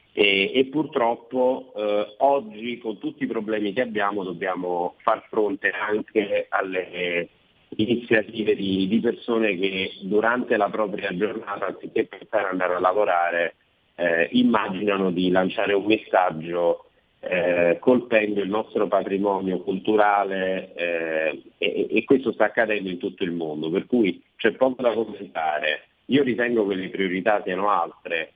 E, e purtroppo eh, oggi, con tutti i problemi che abbiamo, dobbiamo far fronte anche alle iniziative di, di persone che durante la propria giornata, anziché pensare ad andare a lavorare, eh, immaginano di lanciare un messaggio Eh, colpendo il nostro patrimonio culturale eh, e, e questo sta accadendo in tutto il mondo, per cui c'è poco da commentare. Io ritengo che le priorità siano altre,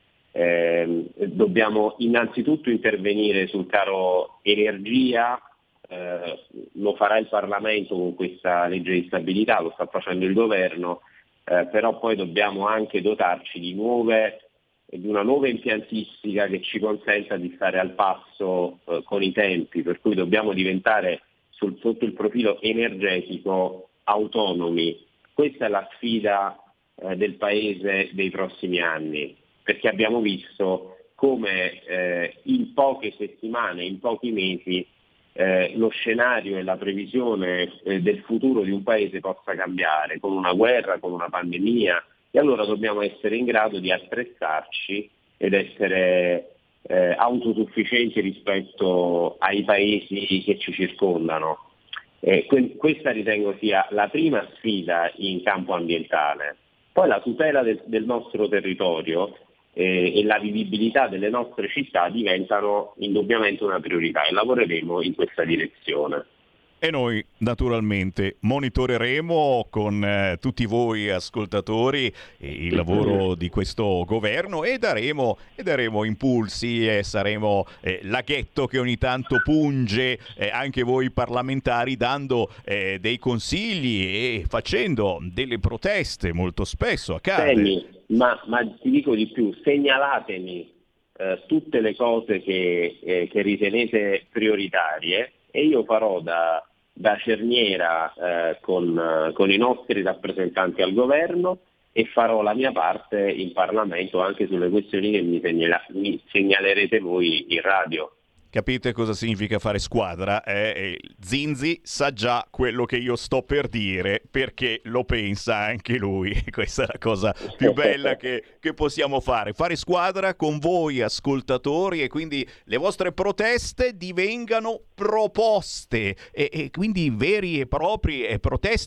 eh, dobbiamo innanzitutto intervenire sul caro energia, eh, lo farà il Parlamento con questa legge di stabilità, lo sta facendo il governo, eh, però poi dobbiamo anche dotarci di nuove di una nuova impiantistica che ci consenta di stare al passo eh, con i tempi, per cui dobbiamo diventare sul, sotto il profilo energetico autonomi. Questa è la sfida eh, del Paese dei prossimi anni, perché abbiamo visto come eh, in poche settimane, in pochi mesi, eh, lo scenario e la previsione eh, del futuro di un Paese possa cambiare, con una guerra, con una pandemia. E allora dobbiamo essere in grado di attrezzarci ed essere eh, autosufficienti rispetto ai paesi che ci circondano. Eh, que- questa ritengo sia la prima sfida in campo ambientale. Poi la tutela del, del nostro territorio eh, e la vivibilità delle nostre città diventano indubbiamente una priorità e lavoreremo in questa direzione. E noi naturalmente monitoreremo con eh, tutti voi ascoltatori eh, il lavoro di questo governo e daremo, e daremo impulsi e saremo eh, laghetto che ogni tanto punge eh, anche voi parlamentari, dando eh, dei consigli e facendo delle proteste. Molto spesso accade. Semi, ma, ma ti dico di più, segnalatemi eh, tutte le cose che, eh, che ritenete prioritarie e io farò da da cerniera eh, con, con i nostri rappresentanti al governo e farò la mia parte in Parlamento anche sulle questioni che mi, segnala, mi segnalerete voi in radio. Capite cosa significa fare squadra? Eh? Zinzi sa già quello che io sto per dire perché lo pensa anche lui. Questa è la cosa più bella che, che possiamo fare. Fare squadra con voi ascoltatori e quindi le vostre proteste divengano proposte e, e quindi veri e propri e proteste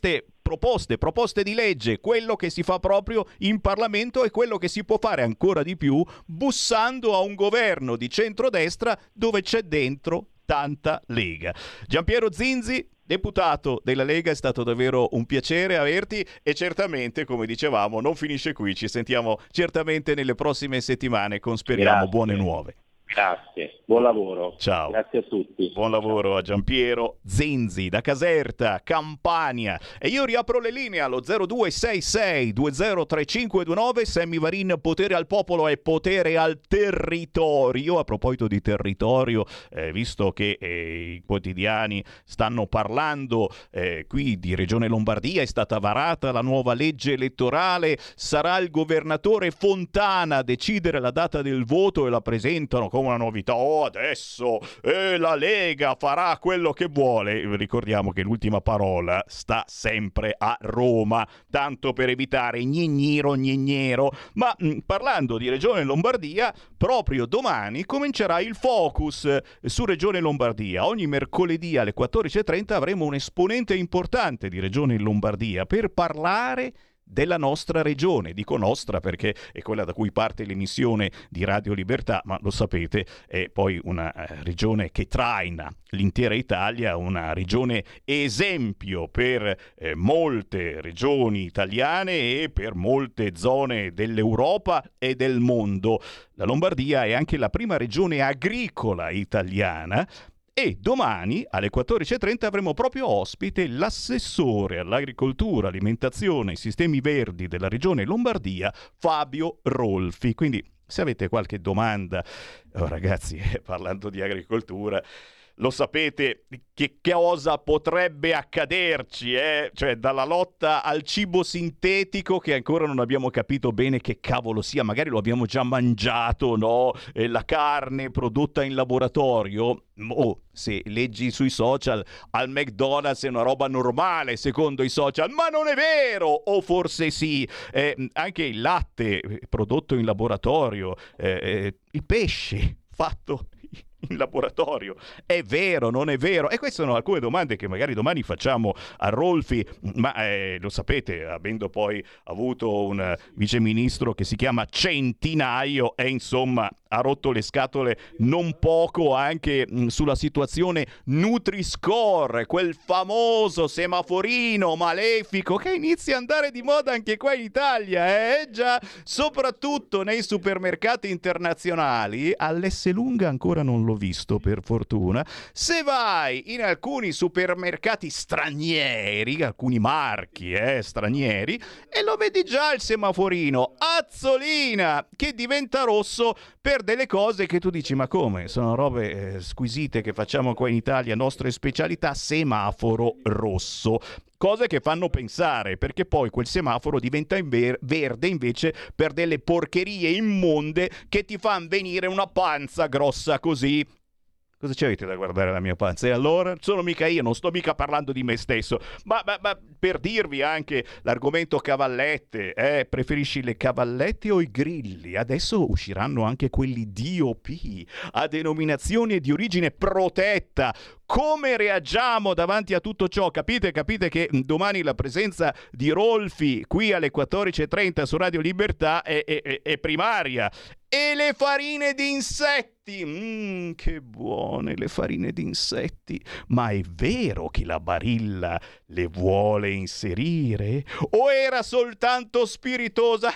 proposte, proposte di legge, quello che si fa proprio in Parlamento e quello che si può fare ancora di più bussando a un governo di centrodestra dove c'è dentro tanta Lega. Giampiero Zinzi, deputato della Lega, è stato davvero un piacere averti e certamente, come dicevamo, non finisce qui, ci sentiamo certamente nelle prossime settimane con, speriamo, Grazie. buone nuove. Grazie, buon lavoro. Ciao. Grazie a tutti. Buon lavoro a Giampiero Zinzi da Caserta, Campania. E io riapro le linee allo zero due sei sei due zero tre cinque due nove. Sammy Varin, potere al popolo e potere al territorio. A proposito di territorio, eh, visto che eh, i quotidiani stanno parlando eh, qui di Regione Lombardia, è stata varata la nuova legge elettorale, sarà il governatore Fontana a decidere la data del voto e la presentano come una novità. Oh, adesso eh, la Lega farà quello che vuole. Ricordiamo che l'ultima parola sta sempre a Roma, tanto per evitare gnigniro gnignero. Ma mh, parlando di Regione Lombardia, proprio domani comincerà il focus eh, su Regione Lombardia. Ogni mercoledì alle quattordici e trenta avremo un esponente importante di Regione Lombardia per parlare della nostra regione. Dico nostra perché è quella da cui parte l'emissione di Radio Libertà, ma lo sapete, è poi una eh, regione che traina l'intera Italia, una regione esempio per eh, molte regioni italiane e per molte zone dell'Europa e del mondo. La Lombardia è anche la prima regione agricola italiana. E domani alle quattordici e trenta avremo proprio ospite l'assessore all'agricoltura, alimentazione e sistemi verdi della regione Lombardia, Fabio Rolfi. Quindi se avete qualche domanda, oh ragazzi, parlando di agricoltura, lo sapete che cosa potrebbe accaderci, eh? Cioè dalla lotta al cibo sintetico, che ancora non abbiamo capito bene che cavolo sia, magari lo abbiamo già mangiato, no? E la carne prodotta in laboratorio, oh, se leggi sui social, al McDonald's è una roba normale secondo i social, ma non è vero, o forse sì, eh, anche il latte prodotto in laboratorio, eh, eh, il pesce fatto in laboratorio, è vero, non è vero? E queste sono alcune domande che magari domani facciamo a Rolfi, ma eh, lo sapete, avendo poi avuto un viceministro che si chiama Centinaio e insomma ha rotto le scatole non poco anche mh, sulla situazione Nutri-Score, quel famoso semaforino malefico che inizia ad andare di moda anche qua in Italia, eh già, soprattutto nei supermercati internazionali. All'Esselunga ancora non l'ho visto, per fortuna. Se vai in alcuni supermercati stranieri, alcuni marchi eh, stranieri, e lo vedi già il semaforino Azzolina che diventa rosso per delle cose che tu dici, ma come? Sono robe eh, squisite che facciamo qua in Italia, nostre specialità, semaforo rosso. Cose che fanno pensare, perché poi quel semaforo diventa in ver- verde invece per delle porcherie immonde che ti fanno venire una panza grossa così. Cosa ci avete da guardare la mia panza? E allora? Sono mica io, non sto mica parlando di me stesso. Ma, ma, ma per dirvi anche l'argomento cavallette, eh? Preferisci le cavallette o i grilli? Adesso usciranno anche quelli D O P, a denominazione di origine protetta. Come reagiamo davanti a tutto ciò? Capite, capite che domani la presenza di Rolfi qui alle quattordici e trenta su Radio Libertà è, è, è primaria. E le farine di insetti, mm, che buone le farine di insetti, ma è vero che la Barilla le vuole inserire? O era soltanto spiritosa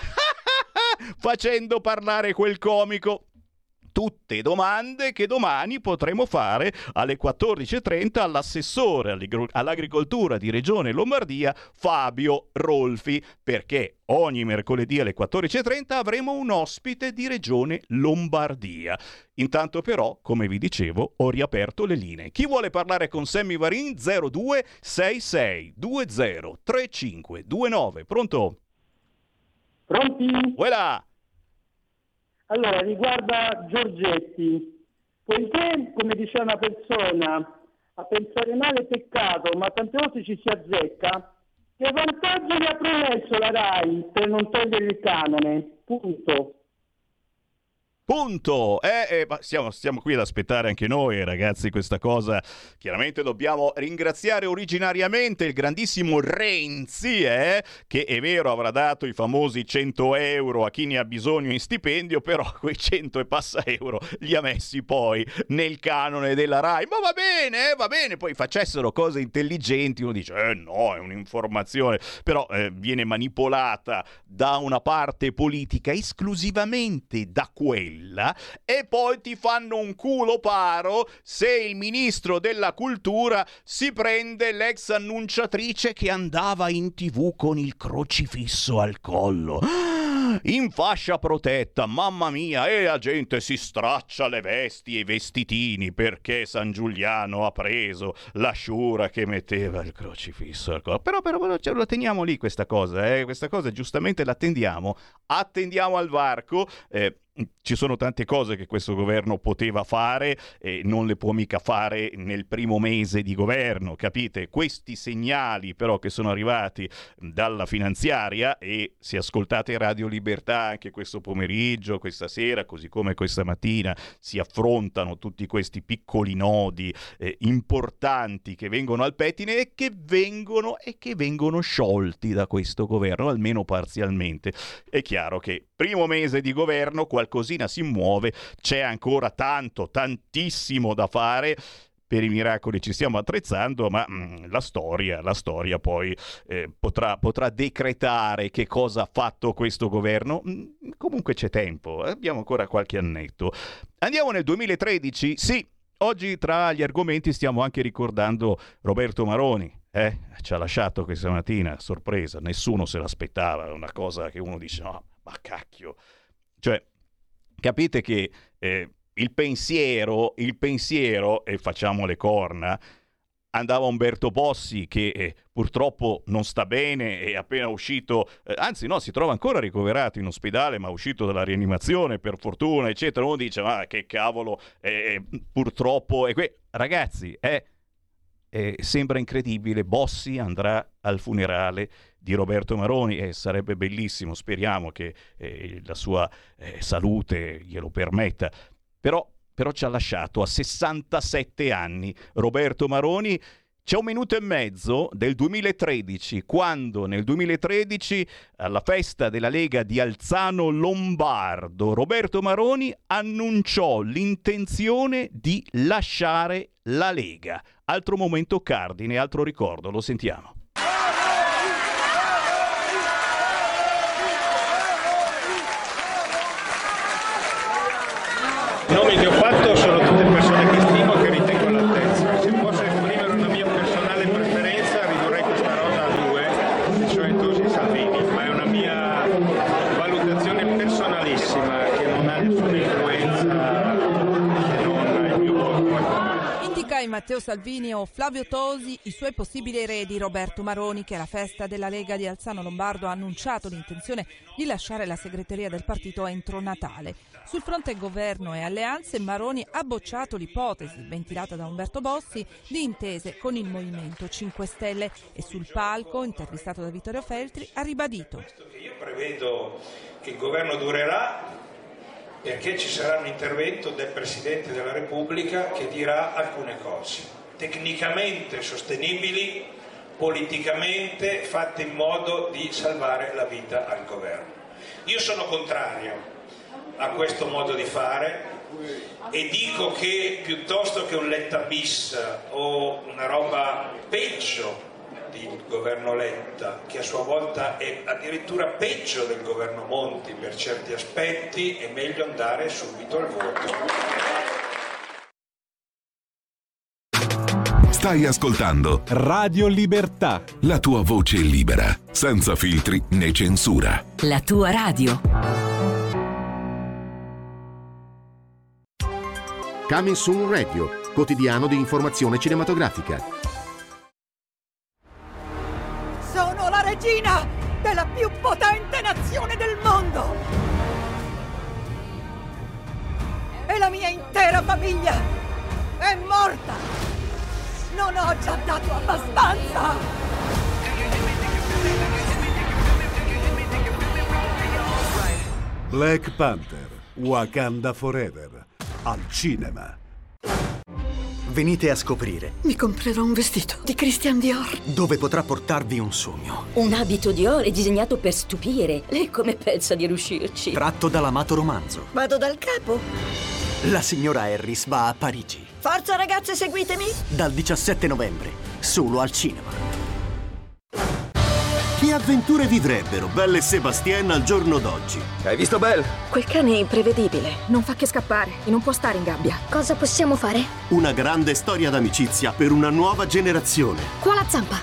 facendo parlare quel comico? Tutte domande che domani potremo fare alle quattordici e trenta all'assessore all'agricoltura di Regione Lombardia Fabio Rolfi, perché ogni mercoledì alle quattordici e trenta avremo un ospite di Regione Lombardia. Intanto però, come vi dicevo, ho riaperto le linee. Chi vuole parlare con Sammy Varin? zero due sei sei due zero tre cinque due nove. Pronto? Pronti? Voilà! Allora, riguarda Giorgetti, poiché, come diceva una persona, a pensare male è peccato, ma tante volte ci si azzecca, che vantaggio gli ha promesso la RAI per non togliere il canone? Punto. Punto. Eh, eh, ma stiamo, stiamo qui ad aspettare anche noi, ragazzi, questa cosa. Chiaramente dobbiamo ringraziare originariamente il grandissimo Renzi, eh, che è vero avrà dato i famosi cento euro a chi ne ha bisogno in stipendio, però quei cento e passa euro li ha messi poi nel canone della Rai. Ma va bene, eh, va bene, poi facessero cose intelligenti, uno dice, eh no, è un'informazione, però eh, viene manipolata da una parte politica esclusivamente da quella, e poi ti fanno un culo paro se il ministro della cultura si prende l'ex annunciatrice che andava in tv con il crocifisso al collo in fascia protetta, mamma mia, e la gente si straccia le vesti e i vestitini perché San Giuliano ha preso la sciura che metteva il crocifisso al collo. Però, però, però ce la teniamo lì questa cosa, eh? Questa cosa giustamente la attendiamo, attendiamo al varco. eh, Ci sono tante cose che questo governo poteva fare e non le può mica fare nel primo mese di governo, capite? Questi segnali però che sono arrivati dalla finanziaria, e se ascoltate Radio Libertà anche questo pomeriggio, questa sera, così come questa mattina, si affrontano tutti questi piccoli nodi eh, importanti che vengono al pettine e che vengono e che vengono sciolti da questo governo, almeno parzialmente. È chiaro che primo mese di governo qualcosina si muove, c'è ancora tanto, tantissimo da fare. Per i miracoli ci stiamo attrezzando, ma mh, la storia, la storia poi eh, potrà, potrà decretare che cosa ha fatto questo governo. Mh, comunque c'è tempo, abbiamo ancora qualche annetto. Andiamo nel duemilatredici, sì, oggi tra gli argomenti stiamo anche ricordando Roberto Maroni. Eh? Ci ha lasciato questa mattina, sorpresa, nessuno se l'aspettava, è una cosa che uno dice, no, ma cacchio. Cioè, capite che eh, il pensiero, il pensiero, e facciamo le corna, andava Umberto Bossi che eh, purtroppo non sta bene, è appena uscito, eh, anzi no, si trova ancora ricoverato in ospedale, ma è uscito dalla rianimazione per fortuna, eccetera. Uno dice, ma che cavolo, eh, purtroppo... E que- Ragazzi, eh, eh, sembra incredibile, Bossi andrà al funerale di Roberto Maroni e sarebbe bellissimo, speriamo che eh, la sua eh, salute glielo permetta, però, però ci ha lasciato a sessantasette anni. Roberto Maroni. C'è un minuto e mezzo del duemilatredici, quando nel duemilatredici alla festa della Lega di Alzano Lombardo Roberto Maroni annunciò l'intenzione di lasciare la Lega. Altro momento cardine, altro ricordo, lo sentiamo. I nomi che ho fatto sono tutte persone che stimo e che ritengo all'altezza. Se posso esprimere una mia personale preferenza, ridurrei questa rosa a due, cioè Tosi e Salvini, ma è una mia valutazione personalissima che non ha nessuna influenza se non il mio voto. Indicai Matteo Salvini o Flavio Tosi i suoi possibili eredi. Roberto Maroni, che alla festa della Lega di Alzano Lombardo ha annunciato l'intenzione di lasciare la segreteria del partito entro Natale. Sul fronte governo e alleanze, Maroni ha bocciato l'ipotesi, ventilata da Umberto Bossi, di intese con il Movimento cinque Stelle e sul palco, intervistato da Vittorio Feltri, ha ribadito. Io prevedo che il governo durerà perché ci sarà un intervento del Presidente della Repubblica che dirà alcune cose tecnicamente sostenibili, politicamente fatte in modo di salvare la vita al governo. Io sono contrario a questo modo di fare e dico che piuttosto che un Letta bis o una roba peggio del governo Letta, che a sua volta è addirittura peggio del governo Monti per certi aspetti, è meglio andare subito al voto. Stai ascoltando Radio Libertà, la tua voce libera, senza filtri né censura. La tua radio. Coming Soon Radio, quotidiano di informazione cinematografica. Sono la regina della più potente nazione del mondo! E la mia intera famiglia è morta! Non ho già dato abbastanza! Black Panther, Wakanda Forever, al cinema. Venite a scoprire Mi comprerò un vestito di Christian Dior. dove potrà portarvi un sogno. Un abito Dior è disegnato per stupire. Lei come pensa di riuscirci? Tratto dall'amato romanzo. Vado dal capo. La signora Harris va a Parigi. Forza ragazze, seguitemi. Dal diciassette novembre, solo al cinema. Che avventure vivrebbero Belle e Sébastien al giorno d'oggi? Hai visto Belle? Quel cane è imprevedibile. Non fa che scappare e non può stare in gabbia. Cosa possiamo fare? Una grande storia d'amicizia per una nuova generazione. Qua la zampa.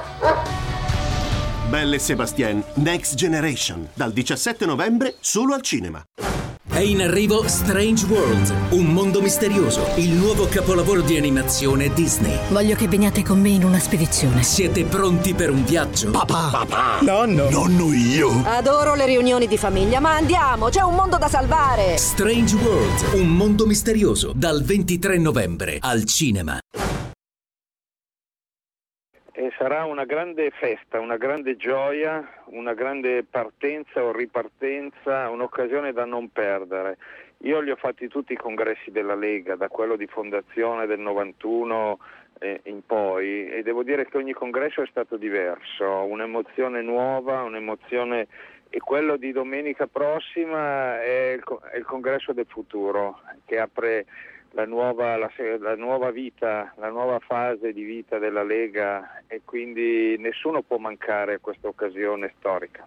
Belle e Sébastien Next Generation, dal diciassette novembre solo al cinema. È in arrivo Strange World, un mondo misterioso, il nuovo capolavoro di animazione Disney. Voglio che veniate con me in una spedizione. Siete pronti per un viaggio? Papà! Papà! Nonno! Nonno io! Adoro le riunioni di famiglia, ma andiamo, c'è un mondo da salvare. Strange World, un mondo misterioso, dal ventitré novembre al cinema. E sarà una grande festa, una grande gioia, una grande partenza o ripartenza, un'occasione da non perdere. Io li ho fatti tutti i congressi della Lega, da quello di fondazione del novantuno eh, in poi, e devo dire che ogni congresso è stato diverso, un'emozione nuova, un'emozione, e quello di domenica prossima è il, è il congresso del futuro, che apre La nuova, la, la nuova vita, la nuova fase di vita della Lega, e quindi nessuno può mancare a questa occasione storica.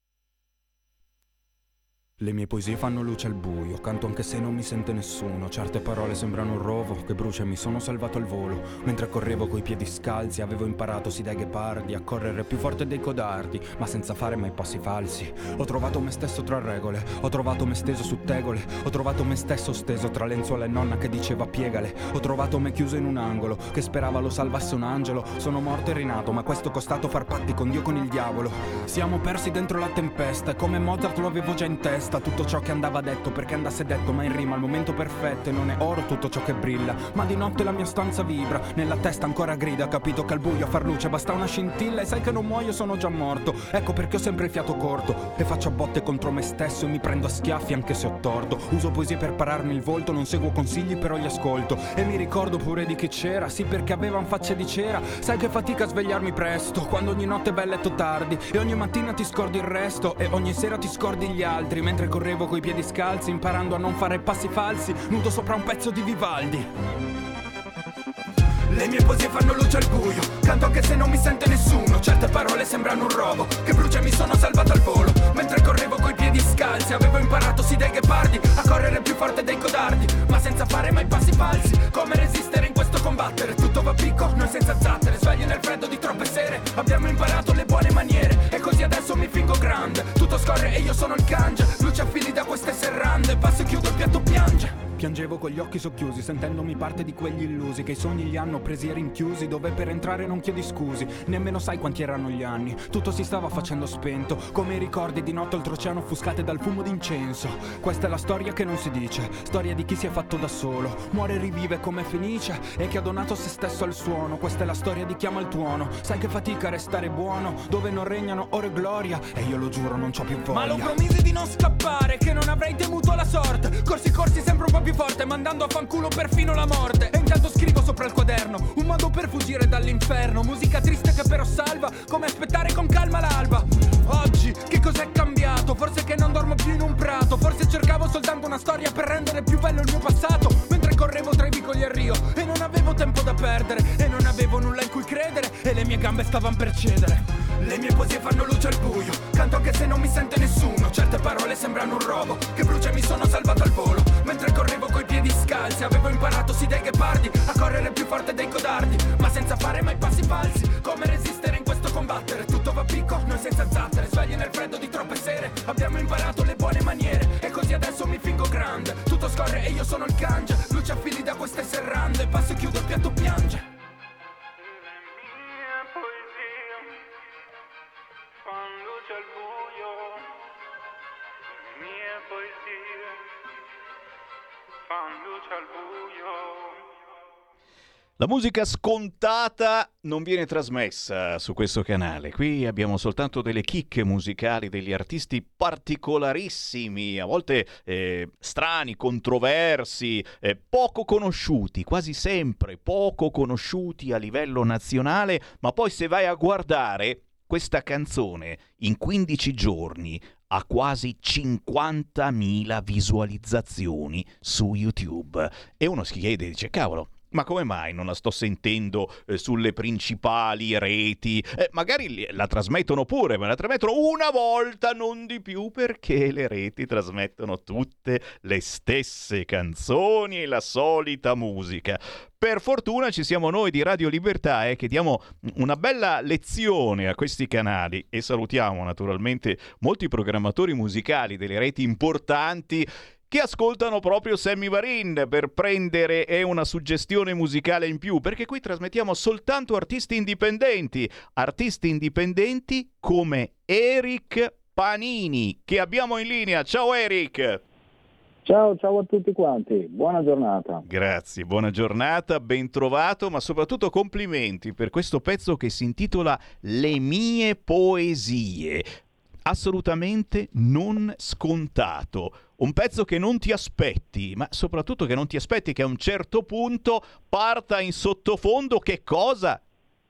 Le mie poesie fanno luce al buio, canto anche se non mi sente nessuno. Certe parole sembrano un rovo che brucia e mi sono salvato al volo. Mentre correvo coi piedi scalzi avevo imparato sì dai ghepardi a correre più forte dei codardi, ma senza fare mai passi falsi. Ho trovato me stesso tra regole, ho trovato me steso su tegole, ho trovato me stesso steso tra lenzuola e nonna che diceva piegale. Ho trovato me chiuso in un angolo che sperava lo salvasse un angelo. Sono morto e rinato, ma questo costato far patti con Dio, con il diavolo. Siamo persi dentro la tempesta e come Mozart lo avevo già in testa. Tutto ciò che andava detto perché andasse detto, ma in rima al momento perfetto. E non è oro tutto ciò che brilla, ma di notte la mia stanza vibra, nella testa ancora grida. Capito che al buio a far luce basta una scintilla, e sai che non muoio, sono già morto. Ecco perché ho sempre il fiato corto e faccio a botte contro me stesso e mi prendo a schiaffi anche se ho torto. Uso poesie per pararmi il volto, non seguo consigli però li ascolto. E mi ricordo pure di chi c'era, sì perché avevan facce di cera. Sai che fatica a svegliarmi presto, quando ogni notte vai a letto tardi e ogni mattina ti scordi il resto e ogni sera ti scordi gli altri. Mentre correvo coi piedi scalzi, imparando a non fare passi falsi, nudo sopra un pezzo di Vivaldi. Le mie poesie fanno luce al buio, canto anche se non mi sente nessuno. Certe parole sembrano un robo che brucia e mi sono salvato al volo. Mentre correvo coi piedi scalzi avevo imparato sì dai ghepardi a correre più forte dei codardi, ma senza fare mai passi falsi. Come resistere in questo combattere? Tutto va picco, noi senza zattere, svegli nel freddo di troppe sere. Abbiamo imparato le buone maniere e così adesso mi fingo grande. Tutto scorre e io sono il kange, luce a fili da queste serrande. Passo e chiudo, il piatto piange. Piangevo con gli occhi socchiusi, sentendomi parte di quegli illusi che i sogni li hanno presi e rinchiusi, dove per entrare non chiedi scusi, nemmeno sai quanti erano gli anni. Tutto si stava facendo spento, come i ricordi di notte oltreoceano offuscate dal fumo d'incenso. Questa è la storia che non si dice, storia di chi si è fatto da solo, muore e rivive come Fenice e che ha donato se stesso al suono. Questa è la storia di chi ama il tuono, sai che fatica a restare buono, dove non regnano oro e gloria, e io lo giuro non c'ho più voglia. Ma lo promisi di non scappare, che non avrei temuto la sorte, corsi corsi sempre un po' più forte, mandando a fanculo perfino la morte. E intanto scrivo sopra il quaderno un modo per fuggire dall'inferno, musica triste che però salva, come aspettare con calma l'alba. Oggi che cos'è cambiato? Forse che non dormo più in un prato, forse cercavo soltanto una storia per rendere più bello il mio passato. Mentre correvo tra i vicoli a Rio e non avevo tempo da perdere e non avevo nulla in cui credere e le mie gambe stavano per cedere. Le mie poesie fanno luce al buio, canto anche se non mi sente nessuno. Certe parole sembrano un robo che brucia e mi sono salvato al volo. Mentre correvo coi piedi scalzi avevo imparato sì dai ghepardi a correre più forte dei codardi, ma senza fare mai passi falsi. Come resistere in questo combattere? Tutto va picco, noi senza zattere, svegli nel freddo di troppe sere. Abbiamo imparato le buone maniere e così adesso mi fingo grande. Tutto scorre e io sono il kange, luce a fili da queste serrande. Passo e chiudo, il piatto piange. La musica scontata non viene trasmessa su questo canale. Qui abbiamo soltanto delle chicche musicali degli artisti particolarissimi, a volte eh, strani, controversi, eh, poco conosciuti, quasi sempre poco conosciuti a livello nazionale, ma poi se vai a guardare questa canzone in quindici giorni ha quasi cinquantamila visualizzazioni su YouTube. E uno si chiede, dice, cavolo, ma come mai non la sto sentendo eh, sulle principali reti? Eh, magari li- la trasmettono pure, ma la trasmettono una volta, non di più, perché le reti trasmettono tutte le stesse canzoni e la solita musica. Per fortuna ci siamo noi di Radio Libertà eh, che diamo una bella lezione a questi canali e salutiamo naturalmente molti programmatori musicali delle reti importanti che ascoltano proprio Sammy Varin per prendere è una suggestione musicale in più, perché qui trasmettiamo soltanto artisti indipendenti, artisti indipendenti come Eric Panini, che abbiamo in linea. Ciao Eric! Ciao, ciao a tutti quanti, buona giornata. Grazie, buona giornata, ben trovato, ma soprattutto complimenti per questo pezzo che si intitola Le mie poesie. Assolutamente non scontato, un pezzo che non ti aspetti, ma soprattutto che non ti aspetti che a un certo punto parta in sottofondo che cosa?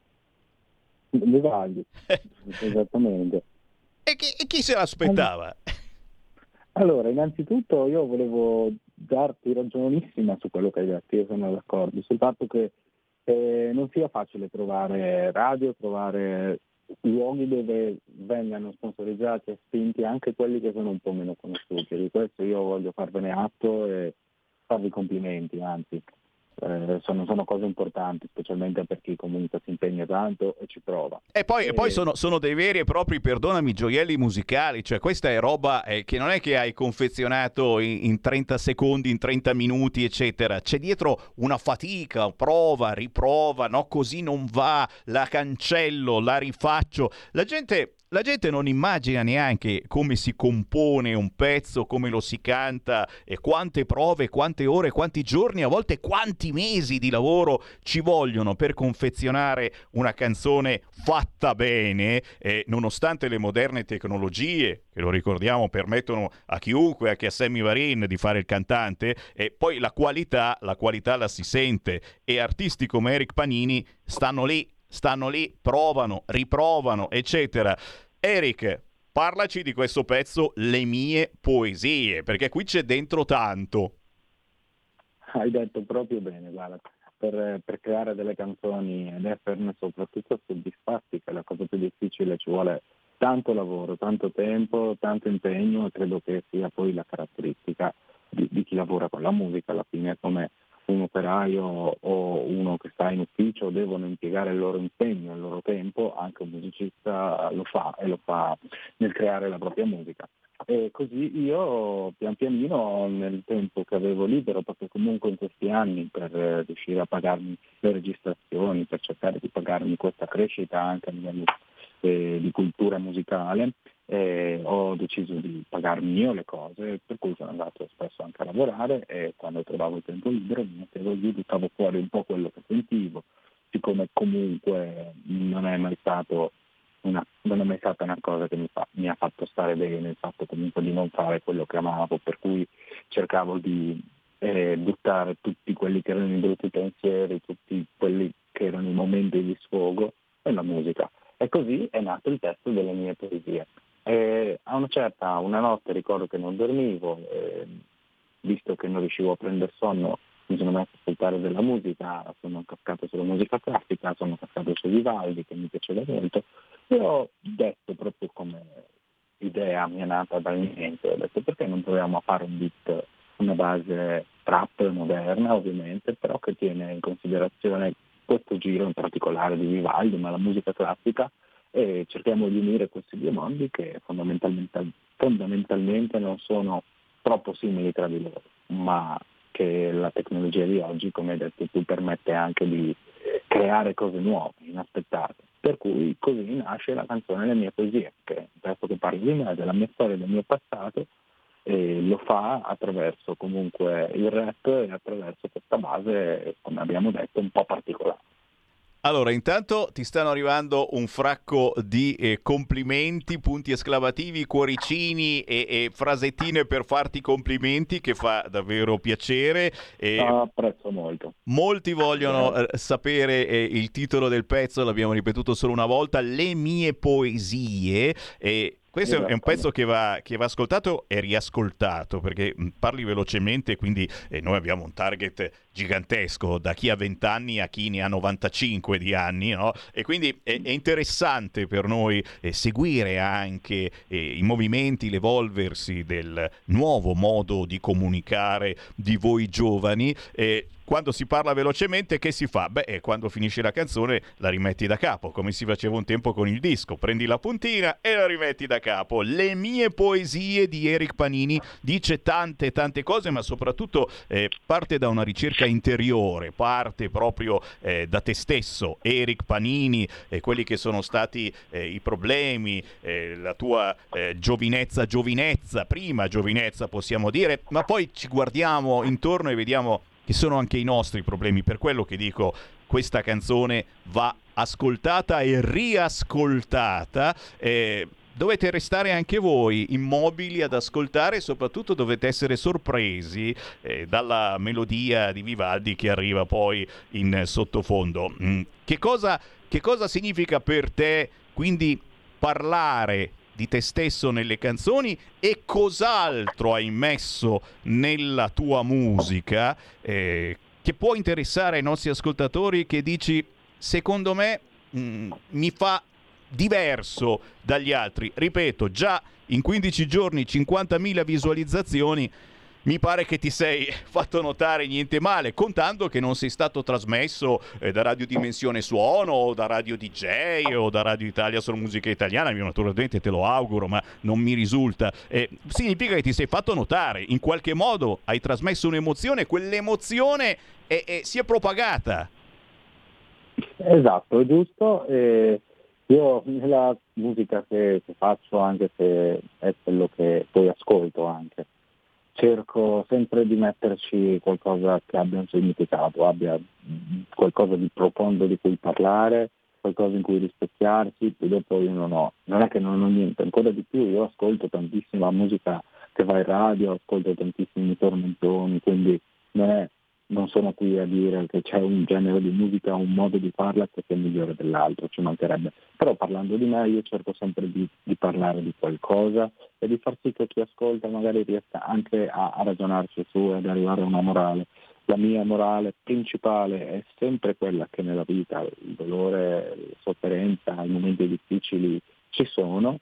Vivaldi, esattamente. E chi, e chi se l'aspettava? Allora, innanzitutto io volevo darti ragionissima su quello che hai detto, io sono d'accordo, sul fatto che eh, non sia facile trovare radio, trovare luoghi dove vengano sponsorizzati e spinti anche quelli che sono un po' meno conosciuti. Di questo io voglio farvene atto e farvi i complimenti, anzi eh, sono, sono cose importanti, specialmente per chi comunque si impegna tanto e ci prova. E poi, e... e poi sono, sono dei veri e propri, perdonami, gioielli musicali, cioè questa è roba eh, che non è che hai confezionato in, in trenta secondi, in trenta minuti, eccetera. C'è dietro una fatica, prova, riprova, no, così non va, la cancello, la rifaccio. La gente... La gente non immagina neanche come si compone un pezzo, come lo si canta e quante prove, quante ore, quanti giorni, a volte quanti mesi di lavoro ci vogliono per confezionare una canzone fatta bene, eh, nonostante le moderne tecnologie, che lo ricordiamo permettono a chiunque, anche a Sammy Varin, di fare il cantante, e poi la qualità, la qualità la si sente, e artisti come Eric Panini stanno lì, stanno lì, provano, riprovano, eccetera. Eric, parlaci di questo pezzo Le mie poesie, perché qui c'è dentro tanto. Hai detto proprio bene, guarda, per, per creare delle canzoni ed esserne soprattutto soddisfatti, che è la cosa più difficile, ci vuole tanto lavoro, tanto tempo, tanto impegno, e credo che sia poi la caratteristica di, di chi lavora con la musica. Alla fine, come un operaio o uno che sta in ufficio devono impiegare il loro impegno, il loro tempo, anche un musicista lo fa e lo fa nel creare la propria musica. E così io pian pianino, nel tempo che avevo libero, perché comunque in questi anni per riuscire a pagarmi le registrazioni, per cercare di pagarmi questa crescita anche a livello eh, di cultura musicale, Eh, ho deciso di pagarmi io le cose, per cui sono andato spesso anche a lavorare, e quando trovavo il tempo libero mi mettevo lì, buttavo fuori un po' quello che sentivo, siccome comunque non è mai stato una, non è mai stata una cosa che mi, fa, mi ha fatto stare bene, il fatto comunque di non fare quello che amavo, per cui cercavo di eh, buttare tutti quelli che erano i brutti pensieri, tutti quelli che erano i momenti di sfogo nella musica, e così è nato il testo delle mie poesie. E a una certa, una notte ricordo che non dormivo, e visto che non riuscivo a prendere sonno mi sono messo a ascoltare della musica, sono cascato sulla musica classica, sono cascato su Vivaldi che mi piaceva molto, e ho detto, proprio come idea mi è nata dal niente, ho detto perché non proviamo a fare un beat, una base trap moderna ovviamente, però che tiene in considerazione questo giro in particolare di Vivaldi, ma la musica classica, e cerchiamo di unire questi due mondi che fondamentalmente, fondamentalmente non sono troppo simili tra di loro, ma che la tecnologia di oggi, come hai detto tu, permette anche di creare cose nuove, inaspettate. Per cui così nasce la canzone Le mie poesie, che è un testo che parla di me, della mia storia, del mio passato, e lo fa attraverso comunque il rap e attraverso questa base, come abbiamo detto, un po' particolare. Allora, intanto ti stanno arrivando un fracco di eh, complimenti, punti esclamativi, cuoricini e, e frasettine per farti complimenti, che fa davvero piacere. E ah, apprezzo molto. Molti vogliono eh, sapere eh, il titolo del pezzo, l'abbiamo ripetuto solo una volta, Le mie poesie. E questo è un pezzo che va, che va ascoltato e riascoltato, perché parli velocemente, quindi eh, noi abbiamo un target gigantesco, da chi ha venti anni a chi ne ha novantacinque di anni, no? E quindi è, è interessante per noi eh, seguire anche eh, i movimenti, l'evolversi del nuovo modo di comunicare di voi giovani. Eh, Quando si parla velocemente, che si fa? Beh, quando finisce la canzone la rimetti da capo, come si faceva un tempo con il disco. Prendi la puntina e la rimetti da capo. Le mie poesie di Eric Panini dice tante tante cose, ma soprattutto eh, parte da una ricerca interiore, parte proprio eh, da te stesso, Eric Panini, eh, quelli che sono stati eh, i problemi, eh, la tua eh, giovinezza, giovinezza, prima giovinezza possiamo dire, ma poi ci guardiamo intorno e vediamo che sono anche i nostri problemi. Per quello che dico, questa canzone va ascoltata e riascoltata. Eh, dovete restare anche voi immobili ad ascoltare e soprattutto dovete essere sorpresi eh, dalla melodia di Vivaldi che arriva poi in sottofondo. Mm. Che cosa, che cosa significa per te quindi parlare di te stesso nelle canzoni, e cos'altro hai messo nella tua musica eh, che può interessare ai nostri ascoltatori, che dici secondo me mh, mi fa diverso dagli altri? Ripeto, già in quindici giorni cinquantamila visualizzazioni, mi pare che ti sei fatto notare niente male, contando che non sei stato trasmesso eh, da Radio Dimensione Suono o da Radio D J o da Radio Italia Solo Musica Italiana. Io naturalmente te lo auguro, ma non mi risulta. Eh, significa che ti sei fatto notare, in qualche modo hai trasmesso un'emozione, quell'emozione è, è, si è propagata. Esatto, è giusto. Eh, io la musica che, che faccio, anche se è quello che poi ascolto anche, cerco sempre di metterci qualcosa che abbia un significato, abbia qualcosa di profondo di cui parlare, qualcosa in cui rispecchiarsi. E dopo io non ho, non è che non ho niente, ancora di più, io ascolto tantissima musica che va in radio, ascolto tantissimi tormentoni, quindi non, è, non sono qui a dire che c'è un genere di musica, un modo di farla che è migliore dell'altro, ci mancherebbe. Però parlando di me io cerco sempre di, di parlare di qualcosa e di far sì che chi ascolta magari riesca anche a, a ragionarci su e ad arrivare a una morale. La mia morale principale è sempre quella che nella vita il dolore, la sofferenza, i momenti difficili ci sono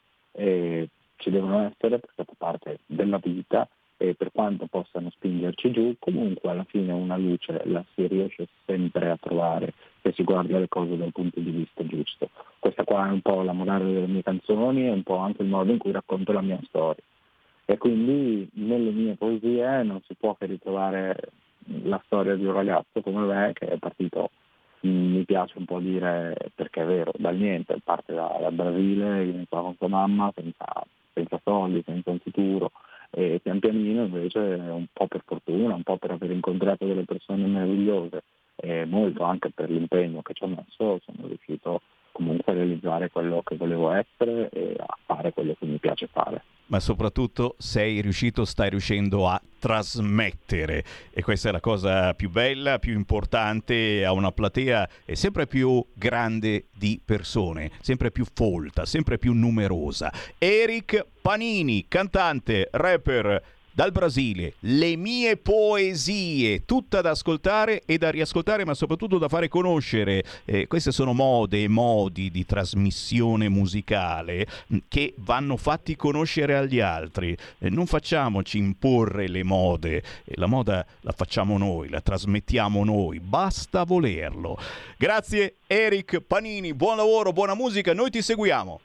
e ci devono essere perché fa parte della vita, e per quanto possano spingerci giù, comunque alla fine una luce la si riesce sempre a trovare se si guarda le cose dal punto di vista giusto. Questa qua è un po' la morale delle mie canzoni e un po' anche il modo in cui racconto la mia storia. E quindi nelle mie poesie non si può che ritrovare la storia di un ragazzo come me che è partito, mi piace un po' dire, perché è vero, dal niente, parte da, dal Brasile, viene qua con sua mamma senza, senza soldi, senza un futuro. E pian pianino invece, un po' per fortuna, un po' per aver incontrato delle persone meravigliose e molto anche per l'impegno che ci ho messo, sono riuscito comunque a realizzare quello che volevo essere e a fare quello che mi piace fare. Ma soprattutto sei riuscito, stai riuscendo a trasmettere, e questa è la cosa più bella, più importante a una platea sempre più grande di persone, sempre più folta, sempre più numerosa. Eric Panini, cantante, rapper dal Brasile, Le mie poesie, tutta da ascoltare e da riascoltare, ma soprattutto da fare conoscere. Eh, queste sono mode e modi di trasmissione musicale che vanno fatti conoscere agli altri. Eh, non facciamoci imporre le mode, eh, la moda la facciamo noi, la trasmettiamo noi, basta volerlo. Grazie Eric Panini, buon lavoro, buona musica, noi ti seguiamo.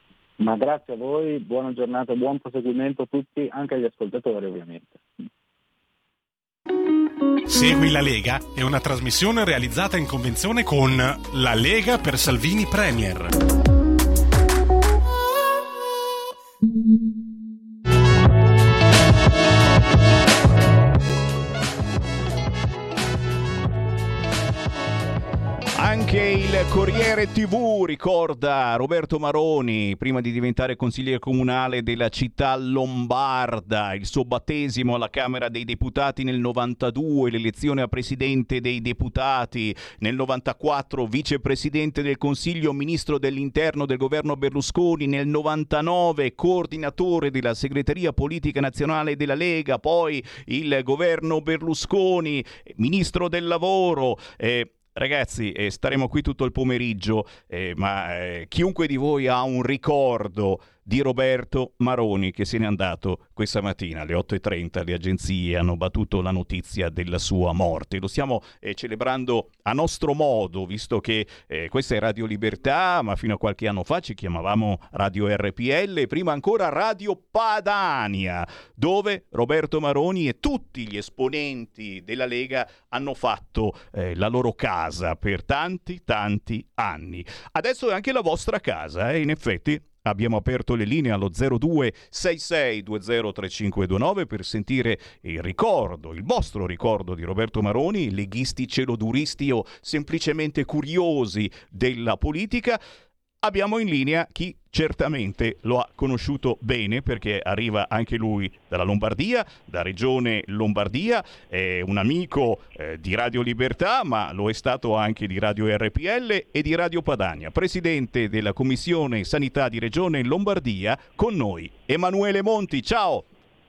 Ma grazie a voi, buona giornata, buon proseguimento a tutti, anche agli ascoltatori ovviamente. Segui la Lega è una trasmissione realizzata in convenzione con La Lega per Salvini Premier. Anche il Corriere tivù ricorda Roberto Maroni, prima di diventare consigliere comunale della città lombarda, il suo battesimo alla Camera dei Deputati nel novantadue, l'elezione a presidente dei deputati nel novantaquattro, vicepresidente del Consiglio, ministro dell'interno del governo Berlusconi nel novantanove, coordinatore della segreteria politica nazionale della Lega, poi il governo Berlusconi, ministro del lavoro. Eh, Ragazzi, eh, staremo qui tutto il pomeriggio, eh, ma eh, chiunque di voi ha un ricordo di Roberto Maroni che se n'è andato questa mattina alle otto e trenta, le agenzie hanno battuto la notizia della sua morte. Lo stiamo eh, celebrando a nostro modo, visto che eh, questa è Radio Libertà, ma fino a qualche anno fa ci chiamavamo Radio R P L, prima ancora Radio Padania, dove Roberto Maroni e tutti gli esponenti della Lega hanno fatto eh, la loro casa per tanti tanti anni. Adesso è anche la vostra casa, eh, in effetti. Abbiamo aperto le linee allo zero due sei sei due zero tre cinque due nove per sentire il ricordo, il vostro ricordo di Roberto Maroni, leghisti, celoduristi o semplicemente curiosi della politica. Abbiamo in linea chi certamente lo ha conosciuto bene, perché arriva anche lui dalla Lombardia, da Regione Lombardia, è un amico eh, di Radio Libertà, ma lo è stato anche di Radio R P L e di Radio Padania. Presidente della Commissione Sanità di Regione Lombardia, con noi Emanuele Monti. Ciao!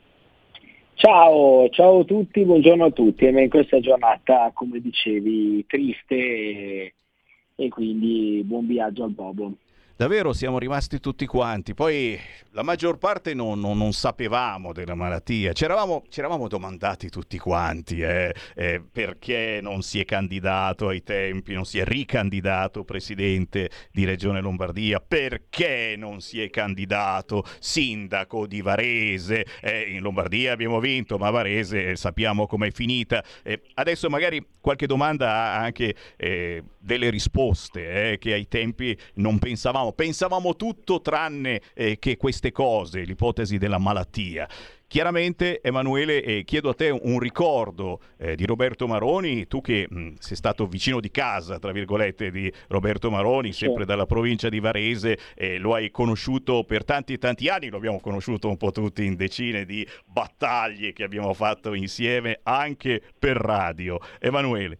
Ciao, ciao a tutti, buongiorno a tutti. In questa giornata, come dicevi, triste e, e quindi buon viaggio al Bobo. Davvero siamo rimasti tutti quanti, poi la maggior parte non, non, non sapevamo della malattia, ci eravamo, ci eravamo domandati tutti quanti eh, eh, perché non si è candidato ai tempi, non si è ricandidato presidente di Regione Lombardia, perché non si è candidato sindaco di Varese, eh, in Lombardia abbiamo vinto, ma Varese eh, sappiamo com'è finita. Eh, adesso magari qualche domanda ha anche eh, delle risposte eh, che ai tempi non pensavamo. Pensavamo tutto tranne eh, che queste cose, l'ipotesi della malattia. Chiaramente, Emanuele, eh, chiedo a te un ricordo eh, di Roberto Maroni, tu che mh, sei stato vicino di casa, tra virgolette, di Roberto Maroni, sempre dalla provincia di Varese, eh, lo hai conosciuto per tanti e tanti anni, lo abbiamo conosciuto un po' tutti in decine di battaglie che abbiamo fatto insieme, anche per radio. Emanuele.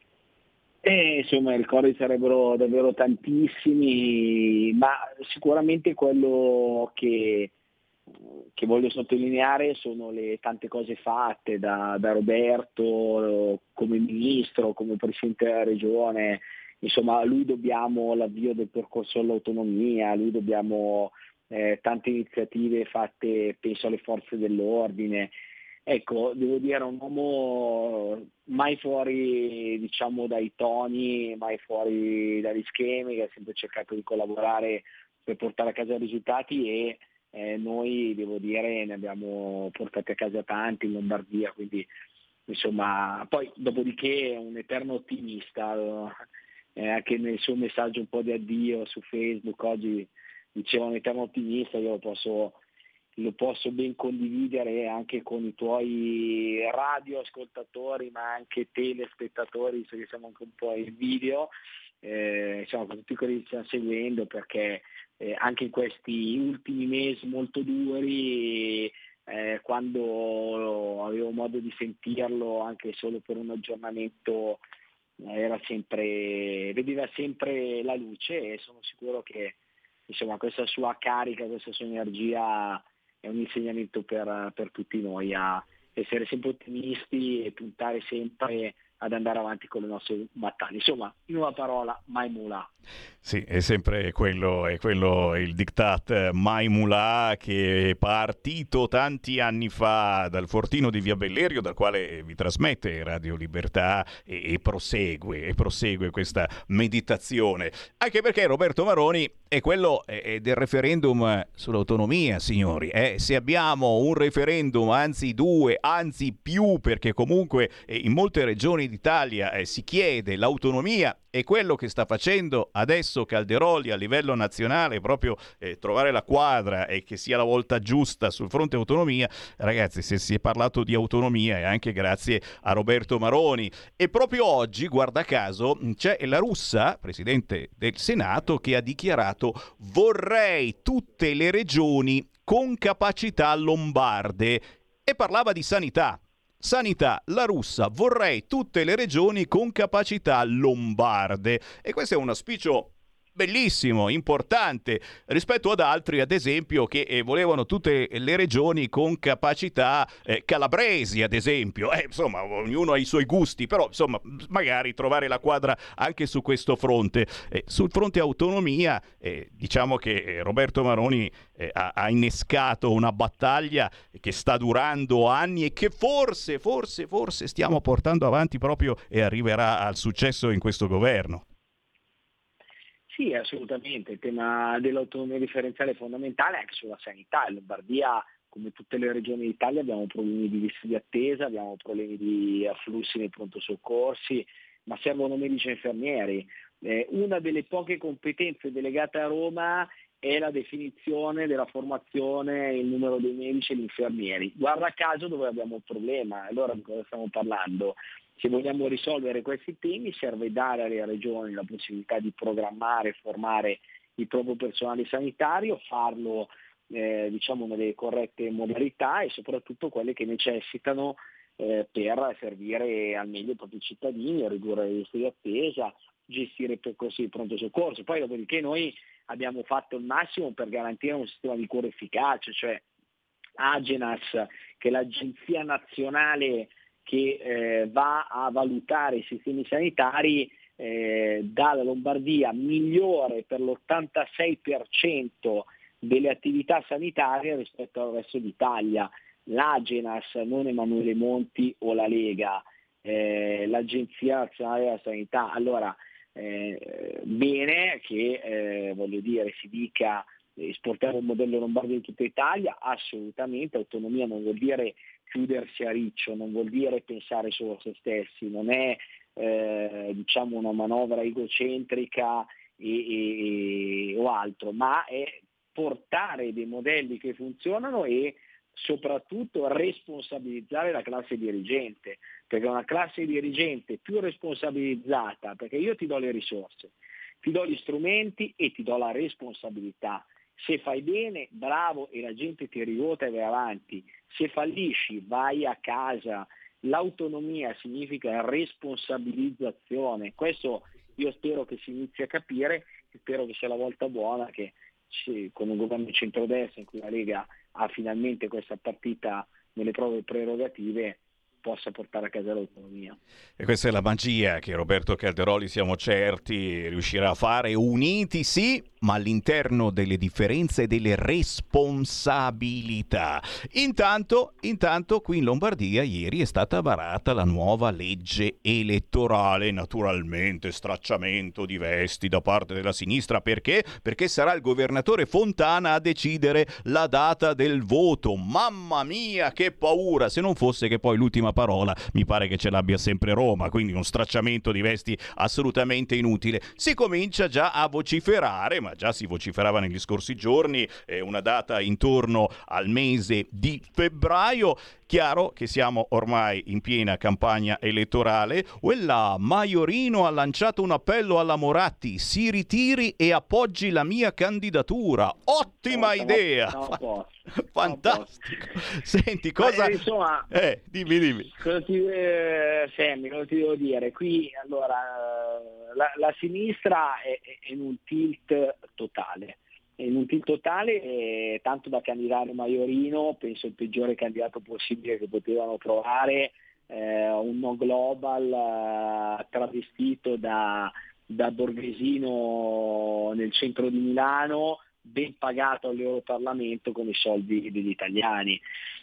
Eh, insomma, i ricordi sarebbero davvero tantissimi, ma sicuramente quello che, che voglio sottolineare sono le tante cose fatte da, da Roberto come ministro, come presidente della regione. Insomma, a lui dobbiamo l'avvio del percorso all'autonomia, a lui dobbiamo eh, tante iniziative fatte, penso alle forze dell'ordine. Ecco, devo dire, un uomo mai fuori, diciamo, dai toni, mai fuori dagli schemi, che ha sempre cercato di collaborare per portare a casa i risultati e eh, noi, devo dire, ne abbiamo portati a casa tanti in Lombardia, quindi insomma, poi dopodiché è un eterno ottimista, eh, anche nel suo messaggio un po' di addio su Facebook oggi diceva un eterno ottimista, io lo posso... lo posso ben condividere anche con i tuoi radioascoltatori, ma anche telespettatori, visto che siamo anche un po' in video, eh, insomma, con tutti quelli che ci stanno seguendo, perché eh, anche in questi ultimi mesi molto duri, eh, quando avevo modo di sentirlo anche solo per un aggiornamento, era sempre, vedeva sempre la luce, e sono sicuro che insomma questa sua carica, questa sua energia è un insegnamento per, per tutti noi a essere sempre ottimisti e puntare sempre ad andare avanti con le nostre battaglie. Insomma, in una parola, mai mulà. Sì, è sempre quello, è quello il diktat mai mulà, che è partito tanti anni fa dal fortino di Via Bellerio, dal quale vi trasmette Radio Libertà, e, e prosegue, e prosegue questa meditazione. Anche perché Roberto Maroni è quello è del referendum sull'autonomia, signori. Eh, se abbiamo un referendum, anzi due, anzi più, perché comunque in molte regioni d'Italia eh, si chiede l'autonomia, e quello che sta facendo adesso Calderoli a livello nazionale, proprio eh, trovare la quadra e che sia la volta giusta sul fronte autonomia, ragazzi, se si è parlato di autonomia è anche grazie a Roberto Maroni. E proprio oggi, guarda caso, c'è la Russa, presidente del Senato, che ha dichiarato: vorrei tutte le regioni con capacità lombarde, e parlava di sanità. Sanità, la Russa, vorrei tutte le regioni con capacità lombarde. E questo è un auspicio bellissimo, importante, rispetto ad altri, ad esempio, che eh, volevano tutte le regioni con capacità eh, calabresi, ad esempio. Eh, insomma, ognuno ha i suoi gusti, però insomma, magari trovare la quadra anche su questo fronte. Eh, sul fronte autonomia, eh, diciamo che eh, Roberto Maroni eh, ha, ha innescato una battaglia che sta durando anni e che forse, forse, forse stiamo portando avanti proprio e arriverà al successo in questo governo. Sì, assolutamente, il tema dell'autonomia differenziale è fondamentale anche sulla sanità. In Lombardia, come tutte le regioni d'Italia, abbiamo problemi di liste di attesa, abbiamo problemi di afflussi nei pronto soccorsi, ma servono medici e infermieri. Eh, una delle poche competenze delegate a Roma è la definizione della formazione, il numero dei medici e gli infermieri. Guarda caso dove abbiamo un problema, allora di cosa stiamo parlando? Se vogliamo risolvere questi temi serve dare alle regioni la possibilità di programmare e formare il proprio personale sanitario, farlo eh, diciamo nelle corrette modalità e soprattutto quelle che necessitano eh, per servire al meglio i propri cittadini, ridurre le liste di attesa, gestire i percorsi di pronto soccorso. Poi dopodiché noi abbiamo fatto il massimo per garantire un sistema di cura efficace, cioè Agenas, che è l'agenzia nazionale che eh, va a valutare i sistemi sanitari, eh, dalla Lombardia migliore per l'ottantasei per cento delle attività sanitarie rispetto al resto d'Italia. L'Agenas, non Emanuele Monti o la Lega, eh, l'Agenzia Nazionale della Sanità. Allora, eh, bene che eh, voglio dire si dica esportiamo un modello lombardo in tutta Italia, assolutamente. Autonomia non vuol dire chiudersi a riccio, non vuol dire pensare solo a se stessi, non è eh, diciamo una manovra egocentrica e, e, o altro, ma è portare dei modelli che funzionano e soprattutto responsabilizzare la classe dirigente, perché una classe dirigente più responsabilizzata, perché io ti do le risorse, ti do gli strumenti e ti do la responsabilità. Se fai bene, bravo, e la gente ti rivota e vai avanti. Se fallisci, vai a casa. L'autonomia significa responsabilizzazione. Questo io spero che si inizi a capire, spero che sia la volta buona che con un governo di centrodestra in cui la Lega ha finalmente questa partita nelle proprie prerogative possa portare a casa l'autonomia. E questa è la magia che Roberto Calderoli, siamo certi, riuscirà a fare, uniti sì, ma all'interno delle differenze e delle responsabilità. Intanto, intanto qui in Lombardia ieri è stata varata la nuova legge elettorale, naturalmente stracciamento di vesti da parte della sinistra. Perché? Perché sarà il governatore Fontana a decidere la data del voto. Mamma mia, che paura! Se non fosse che poi l'ultima parola mi pare che ce l'abbia sempre Roma, quindi uno stracciamento di vesti assolutamente inutile. Si comincia già a vociferare, ma già si vociferava negli scorsi giorni, eh, una data intorno al mese di febbraio. Chiaro che siamo ormai in piena campagna elettorale. Quella Maiorino ha lanciato un appello alla Moratti: si ritiri e appoggi la mia candidatura. Ottima no, idea! No, no, fantastico. No, Senti, cosa... Ma, insomma, eh, dimmi, dimmi. Cosa ti, eh, Sammy, cosa ti devo dire? Qui, allora, la, la sinistra è, è in un tilt totale. In un tilt totale, eh, tanto da candidare Maiorino, penso il peggiore candidato possibile che potevano trovare, eh, un no global eh, travestito da, da borghesino nel centro di Milano, ben pagato all'Europarlamento con i soldi degli italiani.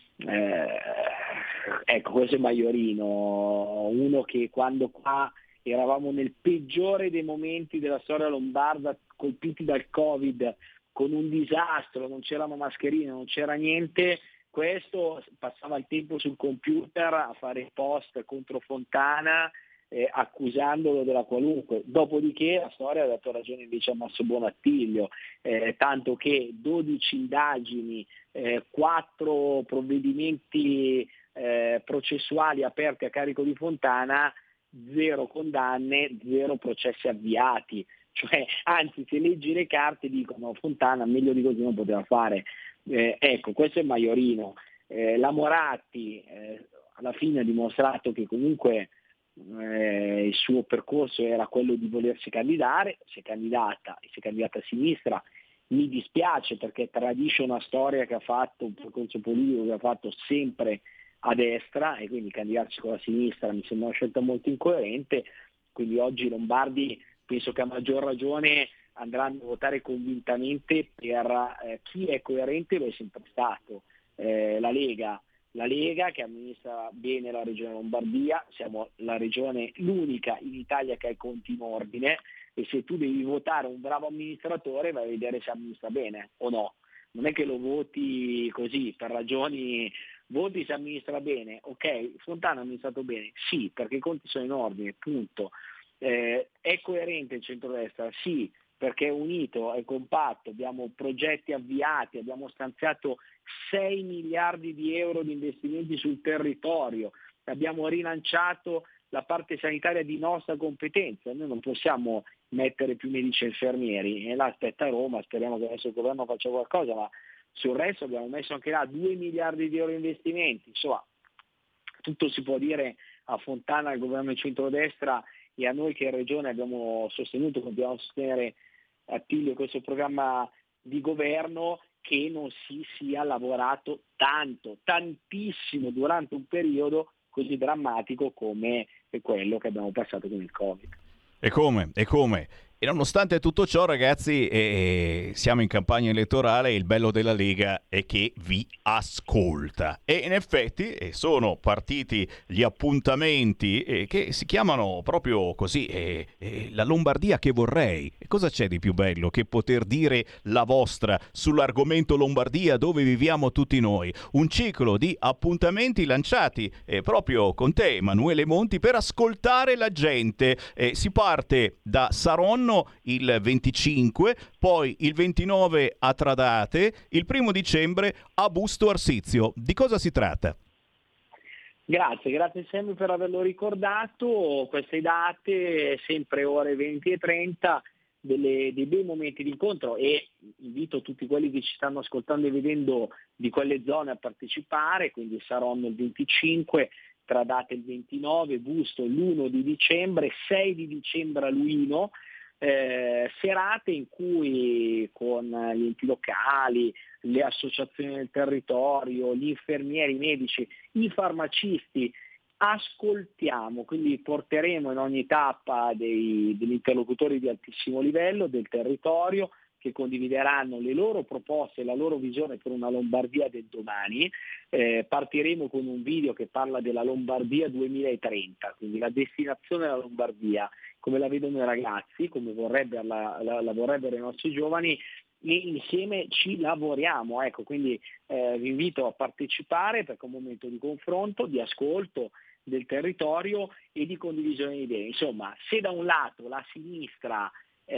Eh, ecco, questo è Maiorino, uno che quando qua eravamo nel peggiore dei momenti della storia lombarda, colpiti dal Covid, con un disastro, non c'erano mascherine, non c'era niente, questo passava il tempo sul computer a fare post contro Fontana eh, accusandolo della qualunque. Dopodiché la storia ha dato ragione invece a Masso Bonattiglio, eh, tanto che dodici indagini, eh, quattro provvedimenti eh, processuali aperti a carico di Fontana, zero condanne, zero processi avviati. Cioè, anzi, se leggi le carte dicono Fontana meglio di così non poteva fare. Eh, ecco, questo è Maiorino. Eh, la Moratti eh, alla fine ha dimostrato che comunque eh, il suo percorso era quello di volersi candidare, si è candidata e si è candidata a sinistra. Mi dispiace perché tradisce una storia che ha fatto, un percorso politico che ha fatto sempre a destra, e quindi candidarsi con la sinistra mi sembra una scelta molto incoerente. Quindi oggi i lombardi penso che a maggior ragione andranno a votare convintamente per eh, chi è coerente, lo è sempre stato, eh, la Lega. La Lega che amministra bene la regione Lombardia, siamo la regione l'unica in Italia che ha i conti in ordine, e se tu devi votare un bravo amministratore vai a vedere se amministra bene o no. Non è che lo voti così per ragioni, voti se amministra bene, ok, Fontana ha amministrato bene, sì, perché i conti sono in ordine, punto. Eh, è coerente il centrodestra? Sì, perché è unito, è compatto, abbiamo progetti avviati, abbiamo stanziato sei miliardi di euro di investimenti sul territorio, abbiamo rilanciato la parte sanitaria di nostra competenza. Noi non possiamo mettere più medici e infermieri, e là aspetta Roma, speriamo che adesso il governo faccia qualcosa, ma sul resto abbiamo messo anche là due miliardi di euro di investimenti. Insomma, tutto si può dire a Fontana, al governo di centrodestra, e a noi che in regione abbiamo sostenuto, continuiamo a sostenere Attilio questo programma di governo, che non si sia lavorato tanto, tantissimo durante un periodo così drammatico come quello che abbiamo passato con il Covid. E come? E come? E nonostante tutto ciò, ragazzi, eh, siamo in campagna elettorale e il bello della Lega è che vi ascolta. E in effetti eh, sono partiti gli appuntamenti eh, che si chiamano proprio così, eh, eh, la Lombardia che vorrei. E cosa c'è di più bello che poter dire la vostra sull'argomento Lombardia, dove viviamo tutti noi? Un ciclo di appuntamenti lanciati eh, proprio con te, Emanuele Monti, per ascoltare la gente. Eh, si parte da Saronno il venticinque, poi il ventinove a Tradate, il primo dicembre a Busto Arsizio. Di cosa si tratta? Grazie, grazie sempre per averlo ricordato. Queste date, sempre ore venti e trenta, delle, dei bei momenti di incontro, e invito tutti quelli che ci stanno ascoltando e vedendo di quelle zone a partecipare. Quindi Saronno il venticinque, Tradate il ventinove, Busto l'primo di dicembre, sei di dicembre a Luino. Eh, serate in cui con gli enti locali, le associazioni del territorio, gli infermieri, i medici, i farmacisti ascoltiamo, quindi porteremo in ogni tappa dei, degli interlocutori di altissimo livello del territorio che condivideranno le loro proposte e la loro visione per una Lombardia del domani. Eh, partiremo con un video che parla della Lombardia duemilatrenta, quindi la destinazione della Lombardia, come la vedono i ragazzi, come vorrebbe la, la, la vorrebbero i nostri giovani, e insieme ci lavoriamo. Ecco, quindi eh, vi invito a partecipare, perché è un momento di confronto, di ascolto del territorio e di condivisione di idee. Insomma, se da un lato la sinistra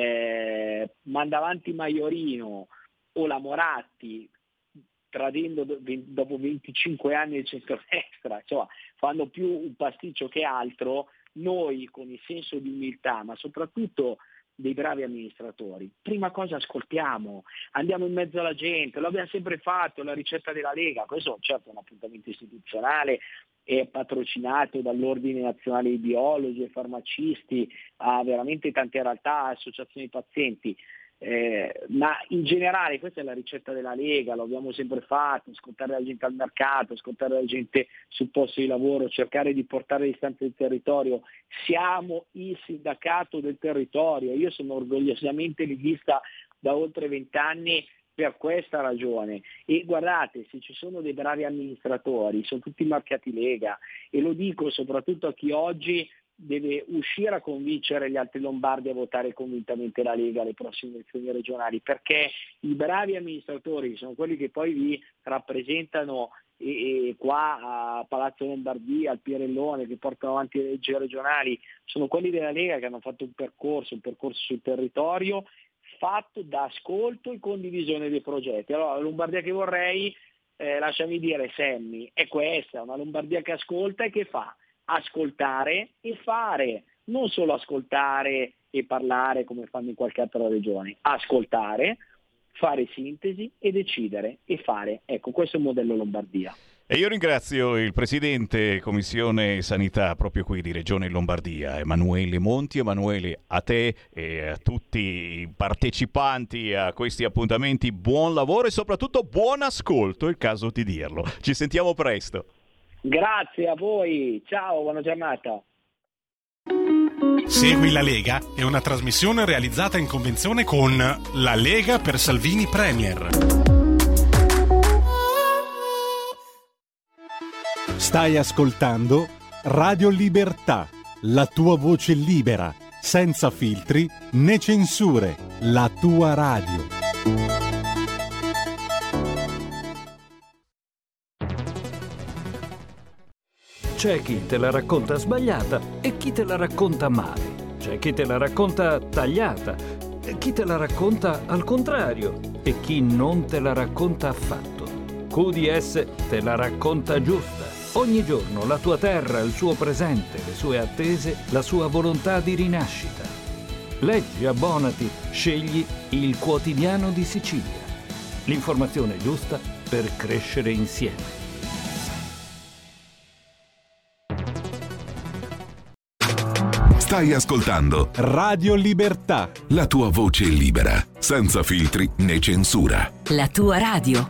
eh, manda avanti Maiorino o la Moratti, tradendo dopo venticinque anni di centrodestra, insomma, fanno più un pasticcio che altro, noi con il senso di umiltà, ma soprattutto dei bravi amministratori, prima cosa ascoltiamo, andiamo in mezzo alla gente, lo abbiamo sempre fatto, la ricetta della Lega. Questo certo è un appuntamento istituzionale, è patrocinato dall'Ordine Nazionale di Biologi e Farmacisti, a veramente tante realtà, associazioni di pazienti. Eh, ma in generale questa è la ricetta della Lega, lo abbiamo sempre fatto: ascoltare la gente al mercato, ascoltare la gente sul posto di lavoro, cercare di portare le istanze del territorio. Siamo il sindacato del territorio, io sono orgogliosamente leghista da oltre vent'anni per questa ragione, e guardate, se ci sono dei bravi amministratori sono tutti marchiati Lega, e lo dico soprattutto a chi oggi deve uscire a convincere gli altri lombardi a votare convintamente la Lega alle prossime elezioni regionali, perché i bravi amministratori sono quelli che poi vi rappresentano e, e qua a Palazzo Lombardia, al Pierellone, che portano avanti le leggi regionali, sono quelli della Lega che hanno fatto un percorso, un percorso sul territorio fatto da ascolto e condivisione dei progetti. Allora la Lombardia che vorrei, eh, lasciami dire Sammy, è questa, una Lombardia che ascolta e che fa, ascoltare e fare, non solo ascoltare e parlare come fanno in qualche altra regione, ascoltare, fare sintesi e decidere e fare. Ecco, questo è il modello Lombardia. E io ringrazio il Presidente Commissione Sanità proprio qui di Regione Lombardia, Emanuele Monti. Emanuele, a te e a tutti i partecipanti a questi appuntamenti buon lavoro e soprattutto buon ascolto, è il caso di dirlo. Ci sentiamo presto. Grazie a voi, ciao, buona giornata. Segui la Lega è una trasmissione realizzata in convenzione con La Lega per Salvini Premier. Stai ascoltando Radio Libertà, la tua voce libera, senza filtri né censure, la tua radio. C'è chi te la racconta sbagliata e chi te la racconta male. C'è chi te la racconta tagliata e chi te la racconta al contrario e chi non te la racconta affatto. Q D S te la racconta giusta. Ogni giorno la tua terra, il suo presente, le sue attese, la sua volontà di rinascita. Leggi, abbonati, scegli il Quotidiano di Sicilia. L'informazione giusta per crescere insieme. Stai ascoltando Radio Libertà, la tua voce libera, senza filtri né censura. La tua radio.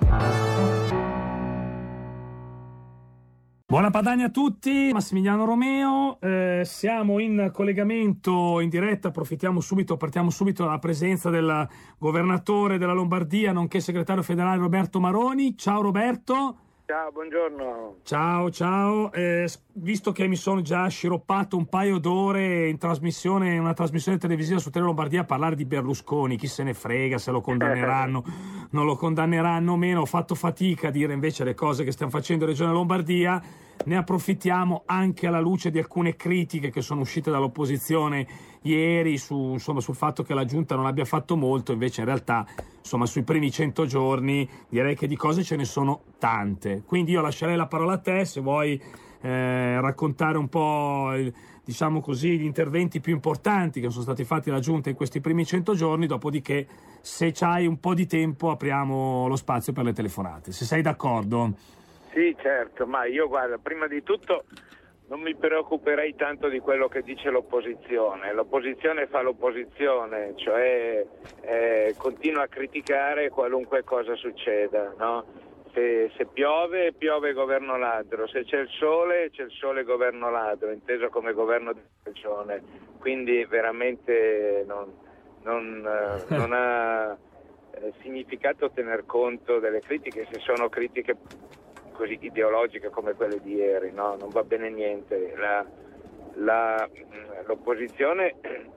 Buona Padania a tutti, Massimiliano Romeo, eh, siamo in collegamento in diretta, approfittiamo subito, partiamo subito dalla presenza del governatore della Lombardia, nonché segretario federale Roberto Maroni. Ciao Roberto. Ciao, buongiorno. Ciao, ciao. Eh, visto che mi sono già sciroppato un paio d'ore in trasmissione, in una trasmissione televisiva su Tele Lombardia a parlare di Berlusconi, chi se ne frega se lo condanneranno, non lo condanneranno o meno, ho fatto fatica a dire invece le cose che stiamo facendo in Regione Lombardia. Ne approfittiamo anche alla luce di alcune critiche che sono uscite dall'opposizione ieri su, insomma, sul fatto che la Giunta non abbia fatto molto, invece in realtà insomma, sui primi cento giorni direi che di cose ce ne sono tante. Quindi io lascerei la parola a te se vuoi eh, raccontare un po' il, diciamo così, gli interventi più importanti che sono stati fatti dalla Giunta in questi primi cento giorni, dopodiché se c'hai un po' di tempo apriamo lo spazio per le telefonate, se sei d'accordo. Sì, certo, ma io guarda, prima di tutto non mi preoccuperei tanto di quello che dice l'opposizione. L'opposizione fa l'opposizione, cioè eh, continua a criticare qualunque cosa succeda, no? Se, se piove, piove governo ladro, se c'è il sole, c'è il sole governo ladro, inteso come governo di regione. Quindi veramente non, non, eh, non ha eh, significato tener conto delle critiche, se sono critiche così ideologiche come quelle di ieri, no? Non va bene niente. La, la, l'opposizione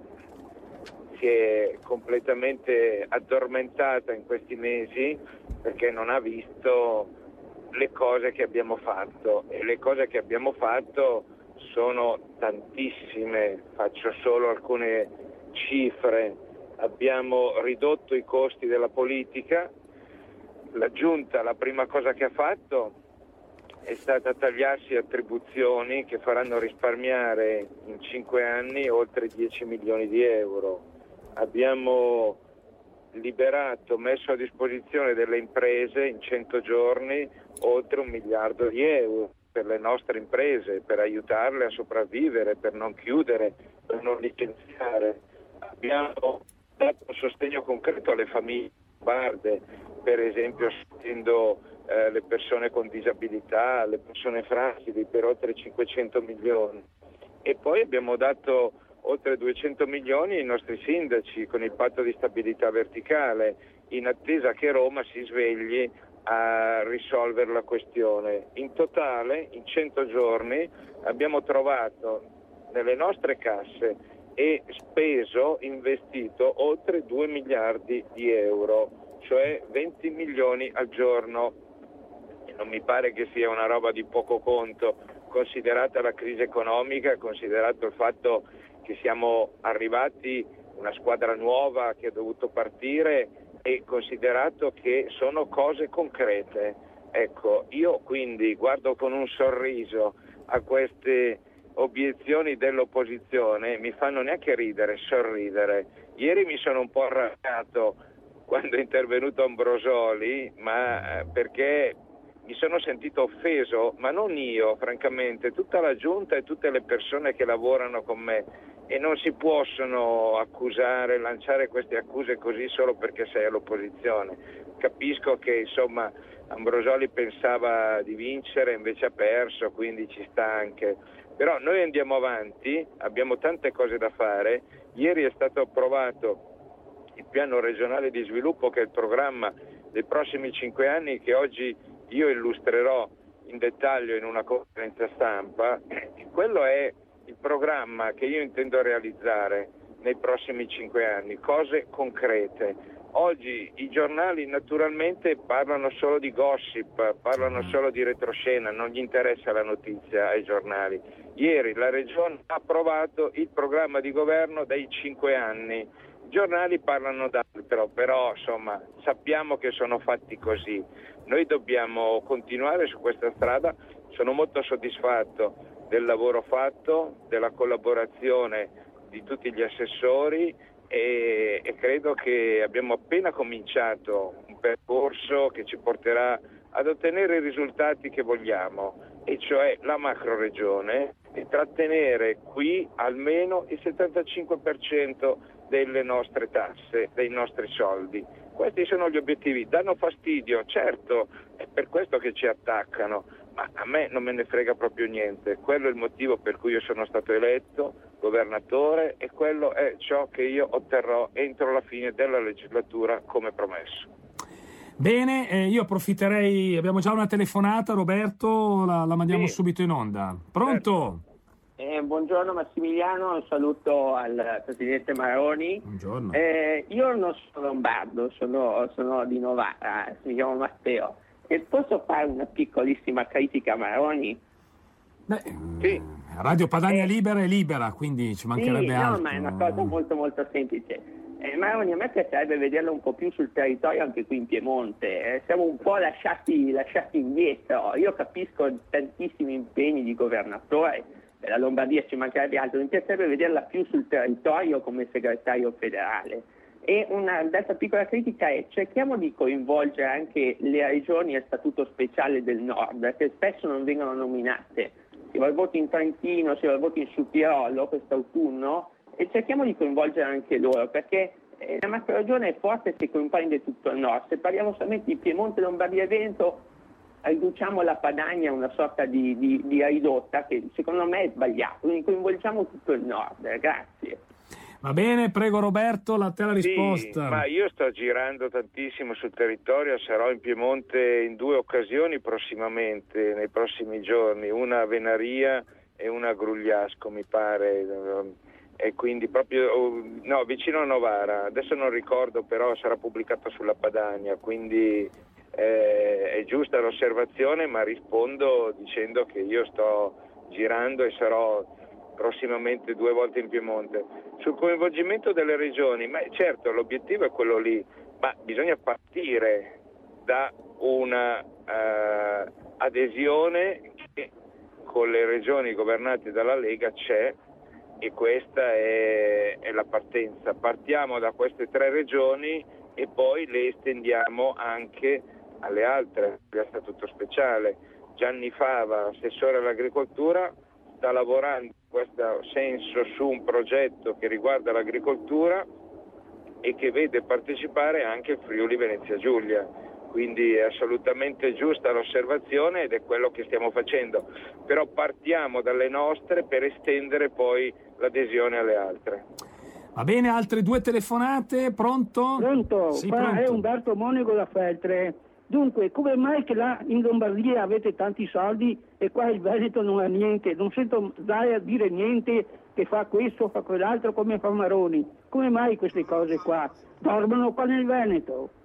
si è completamente addormentata in questi mesi perché non ha visto le cose che abbiamo fatto, e le cose che abbiamo fatto sono tantissime. Faccio solo alcune cifre. Abbiamo ridotto i costi della politica. La Giunta, la prima cosa che ha fatto è stata tagliarsi attribuzioni che faranno risparmiare in cinque anni oltre dieci milioni di euro. Abbiamo liberato, messo a disposizione delle imprese in cento giorni oltre un miliardo di euro per le nostre imprese, per aiutarle a sopravvivere, per non chiudere, per non licenziare. Abbiamo dato un sostegno concreto alle famiglie lombarde, per esempio sostenendo eh, le persone con disabilità, le persone fragili per oltre cinquecento milioni, e poi abbiamo dato oltre duecento milioni ai nostri sindaci con il patto di stabilità verticale, in attesa che Roma si svegli a risolvere la questione. In totale, in cento giorni, abbiamo trovato nelle nostre casse e speso, investito oltre due miliardi di euro, cioè venti milioni al giorno. non mi pare che sia una roba di poco conto, considerata la crisi economica, considerato il fatto che siamo arrivati una squadra nuova che è dovuto partire e considerato che sono cose concrete. Ecco, io quindi guardo con un sorriso a queste obiezioni dell'opposizione, mi fanno neanche ridere, sorridere. Ieri mi sono un po' arrabbiato quando è intervenuto Ambrosoli, ma perché mi sono sentito offeso, ma non io, francamente, tutta la giunta e tutte le persone che lavorano con me, e non si possono accusare, lanciare queste accuse così solo perché sei all'opposizione. Capisco che insomma Ambrosoli pensava di vincere, invece ha perso, quindi ci sta anche. Però noi andiamo avanti, abbiamo tante cose da fare. Ieri è stato approvato il piano regionale di sviluppo, che è il programma dei prossimi cinque anni, che oggi io illustrerò in dettaglio in una conferenza stampa. Quello è il programma che io intendo realizzare nei prossimi cinque anni, cose concrete. Oggi i giornali naturalmente parlano solo di gossip, parlano solo di retroscena, non gli interessa la notizia ai giornali. Ieri la Regione ha approvato il programma di governo dei cinque anni. I giornali parlano d'altro, però insomma sappiamo che sono fatti così. Noi dobbiamo continuare su questa strada. Sono molto soddisfatto del lavoro fatto, della collaborazione di tutti gli assessori e, e credo che abbiamo appena cominciato un percorso che ci porterà ad ottenere i risultati che vogliamo, e cioè la macroregione, e trattenere qui almeno il settantacinque per cento delle nostre tasse, dei nostri soldi. Questi sono gli obiettivi. Danno fastidio, certo, è per questo che ci attaccano, ma a me non me ne frega proprio niente. Quello è il motivo per cui io sono stato eletto governatore e quello è ciò che io otterrò entro la fine della legislatura come promesso. Bene, eh, io approfitterei, abbiamo già una telefonata, Roberto, la, la mandiamo sì. subito in onda. Pronto? Eh, buongiorno Massimiliano, un saluto al Presidente Maroni. Buongiorno. Eh, io non sono lombardo, sono, sono di Novara, mi chiamo Matteo. E posso fare una piccolissima critica a Maroni? Beh, sì. Radio Padania eh, Libera è libera, quindi ci mancherebbe sì, altro. No, ma è una cosa molto molto semplice. Eh, Maroni, a me piacerebbe vederlo un po' più sul territorio anche qui in Piemonte. Eh, siamo un po' lasciati, lasciati indietro. Io capisco tantissimi impegni di governatore, per la Lombardia ci mancherebbe altro. Mi piacerebbe vederla più sul territorio come segretario federale. E una d'altra piccola critica è: cerchiamo di coinvolgere anche le regioni a statuto speciale del nord, che spesso non vengono nominate. Si va al voto in Trentino, si va al voto in Sudtirolo quest'autunno, e cerchiamo di coinvolgere anche loro, perché la macroregione è forte se coinvolge tutto il nord. Se parliamo solamente di Piemonte, Lombardia e Veneto, riduciamo la Padania a una sorta di, di, di ridotta che secondo me è sbagliato, quindi coinvolgiamo tutto il nord. Grazie. Va bene, prego Roberto, la te la risposta. Sì, ma io sto girando tantissimo sul territorio, sarò in Piemonte in due occasioni prossimamente, nei prossimi giorni, una a Venaria e una a Grugliasco mi pare, e quindi proprio no, vicino a Novara, adesso non ricordo, però sarà pubblicato sulla Padania, quindi eh, è giusta l'osservazione, ma rispondo dicendo che io sto girando e sarò prossimamente due volte in Piemonte. Sul coinvolgimento delle regioni, ma certo l'obiettivo è quello lì, ma bisogna partire da una uh, adesione che con le regioni governate dalla Lega c'è, e questa è, è la partenza. Partiamo da queste tre regioni e poi le estendiamo anche alle altre, a statuto speciale. Gianni Fava, assessore all'agricoltura, sta lavorando in questo senso su un progetto che riguarda l'agricoltura e che vede partecipare anche il Friuli Venezia Giulia, quindi è assolutamente giusta l'osservazione ed è quello che stiamo facendo, però partiamo dalle nostre per estendere poi l'adesione alle altre. Va bene, altre due telefonate, pronto? Pronto, sì, qua pronto. È Umberto Monico da Feltre. Dunque, come mai che là in Lombardia avete tanti soldi e qua il Veneto non ha niente? Non sento Zaia dire niente che fa questo, fa quell'altro come fa Maroni. Come mai queste cose qua? Dormono qua nel Veneto?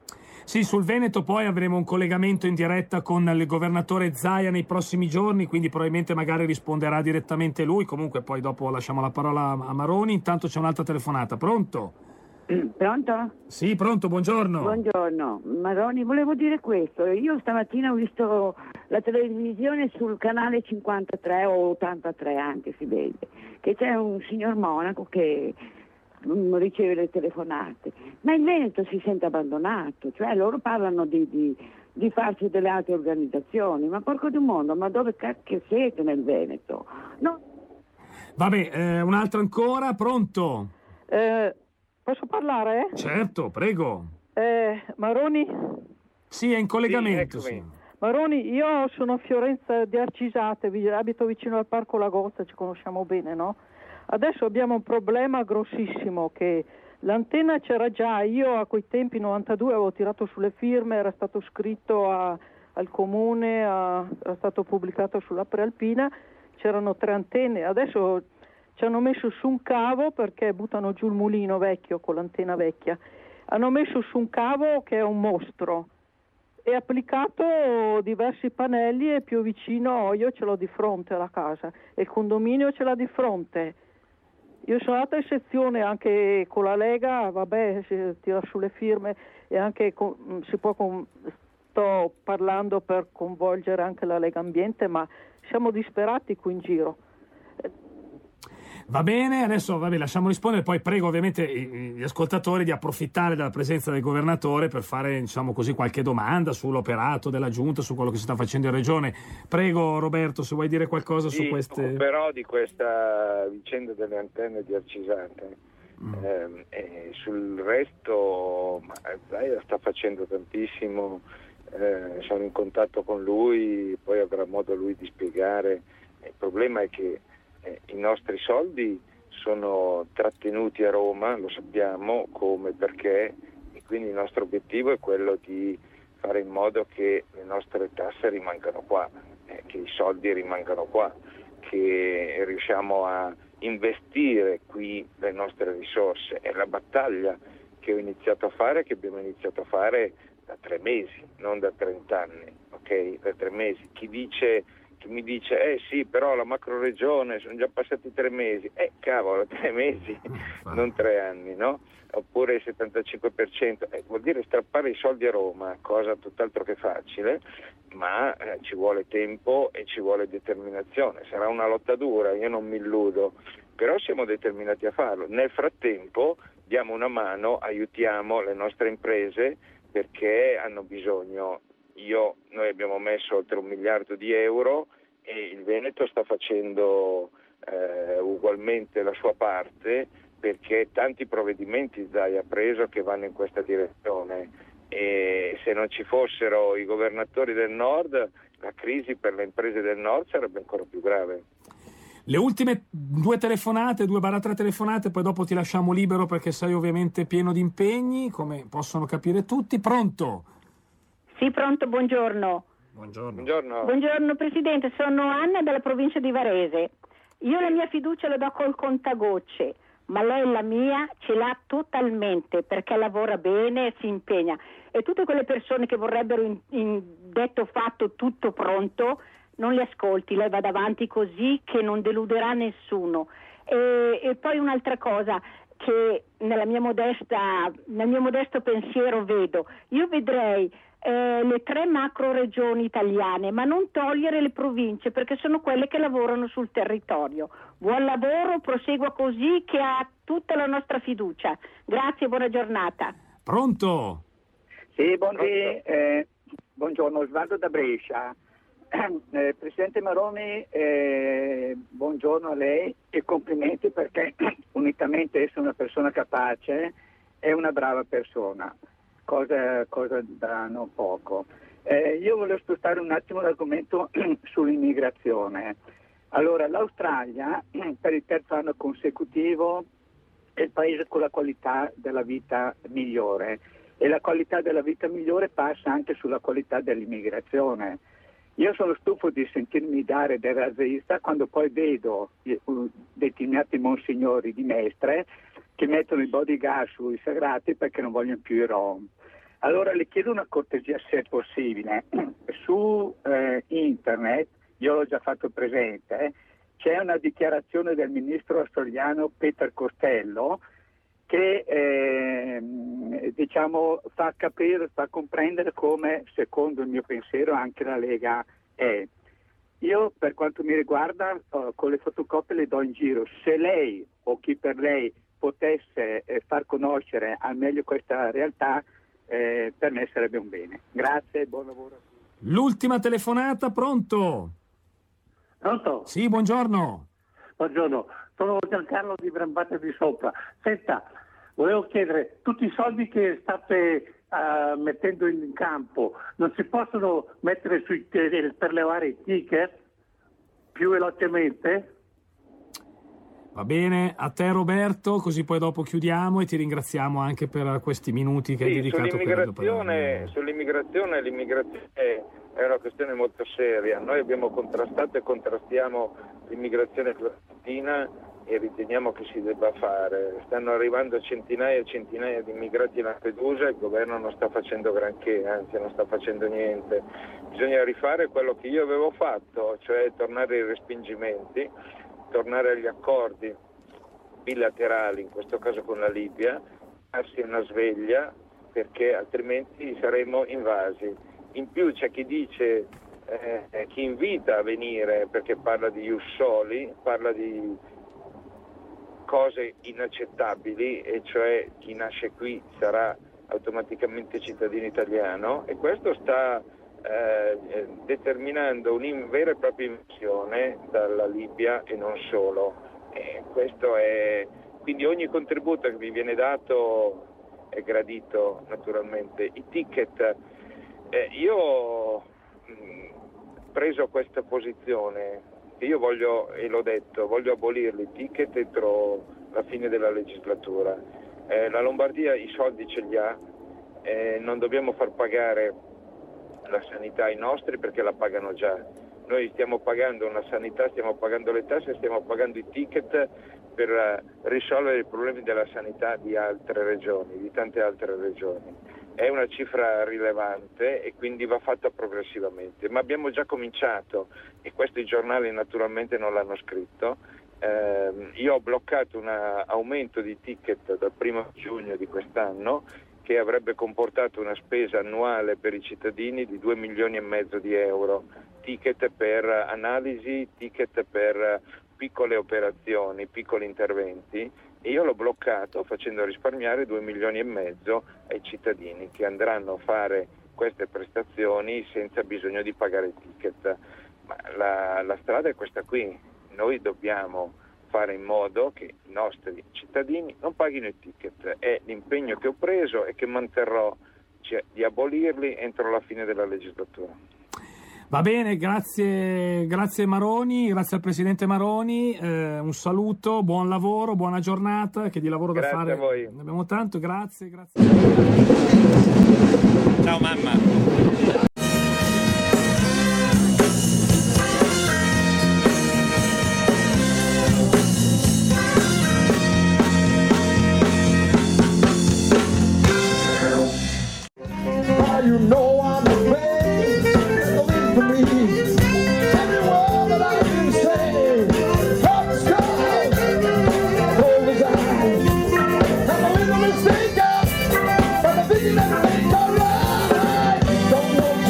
Sì, sul Veneto poi avremo un collegamento in diretta con il governatore Zaia nei prossimi giorni, quindi probabilmente magari risponderà direttamente lui, comunque poi dopo lasciamo la parola a Maroni. Intanto c'è un'altra telefonata. Pronto? Pronto? Sì, pronto, buongiorno. Buongiorno. Maroni, volevo dire questo. Io stamattina ho visto la televisione sul canale cinquantatré o ottantatré, anche si vede, che c'è un signor monaco che riceve le telefonate, ma il Veneto si sente abbandonato, cioè loro parlano di, di, di farsi delle altre organizzazioni, ma porco di un mondo, ma dove cacchio siete nel Veneto? No. Vabbè, eh, un'altra ancora, pronto? Eh, posso parlare? Certo, prego. Eh, Maroni? Sì, è in collegamento. Sì, sì. Maroni, io sono a Fiorenza di Arcisate, abito vicino al Parco Lagozza, ci conosciamo bene, no? Adesso abbiamo un problema grossissimo, che l'antenna c'era già, io a quei tempi novantadue avevo tirato sulle firme, era stato scritto a, al comune, a, era stato pubblicato sulla Prealpina, c'erano tre antenne, adesso ci hanno messo su un cavo perché buttano giù il mulino vecchio con l'antenna vecchia, hanno messo su un cavo che è un mostro e applicato diversi pannelli e più vicino io ce l'ho di fronte alla casa e il condominio ce l'ha di fronte. Io sono andata in sezione anche con la Lega, vabbè, si tira sulle firme e anche con, si può con, sto parlando per coinvolgere anche la Lega Ambiente, ma siamo disperati qui in giro. Va bene, adesso vabbè, lasciamo rispondere, poi prego ovviamente gli ascoltatori di approfittare della presenza del governatore per fare, diciamo così, qualche domanda sull'operato della Giunta, su quello che si sta facendo in Regione. Prego Roberto, se vuoi dire qualcosa sì, su queste... Però di questa vicenda delle antenne di Arcisate, mm. ehm, e sul resto Zaia sta facendo tantissimo, eh, sono in contatto con lui, poi avrà modo lui di spiegare. Il problema è che i nostri soldi sono trattenuti a Roma, lo sappiamo come, perché, e quindi il nostro obiettivo è quello di fare in modo che le nostre tasse rimangano qua, eh, che i soldi rimangano qua, che riusciamo a investire qui le nostre risorse. È la battaglia che ho iniziato a fare, che abbiamo iniziato a fare da tre mesi, non da trent'anni, ok? Da tre mesi. Chi dice Chi mi dice, eh sì, però la macro regione sono già passati tre mesi, eh cavolo, tre mesi, non tre anni, no? Oppure il settantacinque per cento, eh, vuol dire strappare i soldi a Roma, cosa tutt'altro che facile, ma eh, ci vuole tempo e ci vuole determinazione, sarà una lotta dura, io non mi illudo, però siamo determinati a farlo. Nel frattempo diamo una mano, aiutiamo le nostre imprese perché hanno bisogno. Io, noi abbiamo messo oltre un miliardo di euro e il Veneto sta facendo eh, ugualmente la sua parte, perché tanti provvedimenti Zaia ha preso che vanno in questa direzione, e se non ci fossero i governatori del nord la crisi per le imprese del nord sarebbe ancora più grave. Le ultime due telefonate, due barra tre telefonate, poi dopo ti lasciamo libero perché sei ovviamente pieno di impegni, come possono capire tutti. Pronto? Sì, pronto, buongiorno. Buongiorno. Buongiorno. Buongiorno Presidente, sono Anna dalla provincia di Varese. Io la mia fiducia la do col contagocce, ma lei la mia ce l'ha totalmente perché lavora bene e si impegna. E tutte quelle persone che vorrebbero in, in detto fatto tutto pronto, non le ascolti, lei va avanti così che non deluderà nessuno. E, e poi un'altra cosa che nella mia modesta, nel mio modesto pensiero vedo, io vedrei Eh, le tre macro regioni italiane, ma non togliere le province perché sono quelle che lavorano sul territorio. Buon lavoro, prosegua così, che ha tutta la nostra fiducia. Grazie, buona giornata. Pronto? Sì, buondì, eh, buongiorno, Osvaldo da Brescia. Eh, Presidente Maroni, eh, buongiorno a lei e complimenti perché unitamente essere una persona capace è una brava persona. Cosa, cosa da non poco. Eh, io volevo spostare un attimo l'argomento sull'immigrazione. Allora, l'Australia per il terzo anno consecutivo è il paese con la qualità della vita migliore e la qualità della vita migliore passa anche sulla qualità dell'immigrazione. Io sono stufo di sentirmi dare del razzista quando poi vedo determinati monsignori di Mestre che mettono i bodyguard sui sagrati perché non vogliono più i rom. Allora le chiedo una cortesia se è possibile. Su eh, internet, io l'ho già fatto presente, eh, c'è una dichiarazione del ministro australiano Peter Costello che eh, diciamo fa capire, fa comprendere come, secondo il mio pensiero, anche la Lega è. Io, per quanto mi riguarda, oh, con le fotocopie le do in giro. Se lei o chi per lei potesse eh, far conoscere al meglio questa realtà, eh, per me sarebbe un bene. Grazie e buon lavoro. L'ultima telefonata, pronto? Pronto? Sì, buongiorno. Buongiorno, sono Giancarlo di Brambate di Sopra. Senta, volevo chiedere, tutti i soldi che state uh, mettendo in campo non si possono mettere sui, per levare i ticket più velocemente? Va bene, a te Roberto, così poi dopo chiudiamo e ti ringraziamo anche per questi minuti che sì, hai dedicato. Sull'immigrazione, per... sull'immigrazione, l'immigrazione è una questione molto seria. Noi abbiamo contrastato e contrastiamo l'immigrazione clandestina e riteniamo che si debba fare. Stanno arrivando centinaia e centinaia di immigrati in Lampedusa e il governo non sta facendo granché, anzi non sta facendo niente. Bisogna rifare quello che io avevo fatto, cioè tornare ai respingimenti, tornare agli accordi bilaterali, in questo caso con la Libia, darsi una sveglia perché altrimenti saremo invasi. In più c'è chi dice, eh, chi invita a venire perché parla di ius soli, parla di cose inaccettabili, e cioè chi nasce qui sarà automaticamente cittadino italiano, e questo sta eh, determinando una vera e propria invasione dalla Libia e non solo. E questo è, quindi ogni contributo che vi viene dato è gradito naturalmente. I ticket, eh, io ho mh, preso questa posizione. Io voglio, e l'ho detto, voglio abolirli i ticket entro la fine della legislatura. Eh, la Lombardia i soldi ce li ha, eh, non dobbiamo far pagare la sanità ai nostri perché la pagano già. Noi stiamo pagando una sanità, stiamo pagando le tasse, stiamo pagando i ticket per uh, risolvere i problemi della sanità di altre regioni, di tante altre regioni. È una cifra rilevante e quindi va fatta progressivamente, ma abbiamo già cominciato e questo i giornali naturalmente non l'hanno scritto. Eh, io ho bloccato un aumento di ticket dal primo giugno di quest'anno che avrebbe comportato una spesa annuale per i cittadini di due milioni e mezzo di euro, ticket per analisi, ticket per piccole operazioni, piccoli interventi, e io l'ho bloccato facendo risparmiare due milioni e mezzo ai cittadini che andranno a fare queste prestazioni senza bisogno di pagare il ticket. Ma la, la strada è questa qui, noi dobbiamo fare in modo che i nostri cittadini non paghino i ticket. È l'impegno che ho preso e che manterrò, cioè di abolirli entro la fine della legislatura. Va bene, grazie, grazie Maroni, grazie al Presidente Maroni, eh, un saluto, buon lavoro, buona giornata, che di lavoro grazie da fare a voi. ne abbiamo tanto, grazie, grazie. Ciao mamma. You know I'm the way, believe for me. Every word that I can say, up the sky, cold as ice. I'm a little mistaken, but I think that things are right. Don't know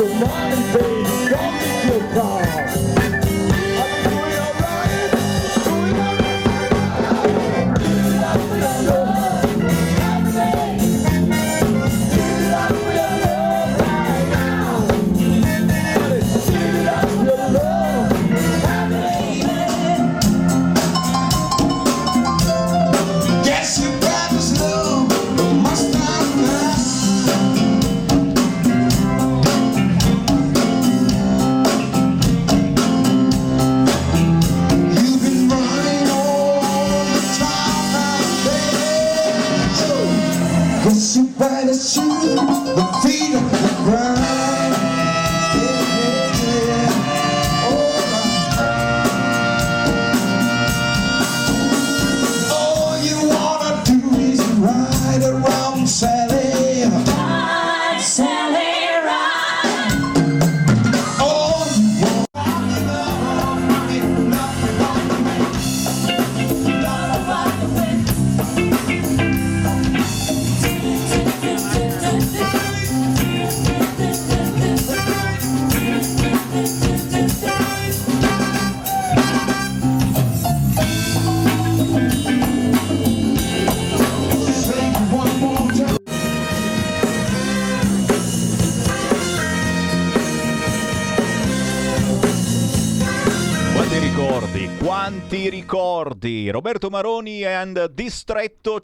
i ricordi. Roberto Maroni and Distretto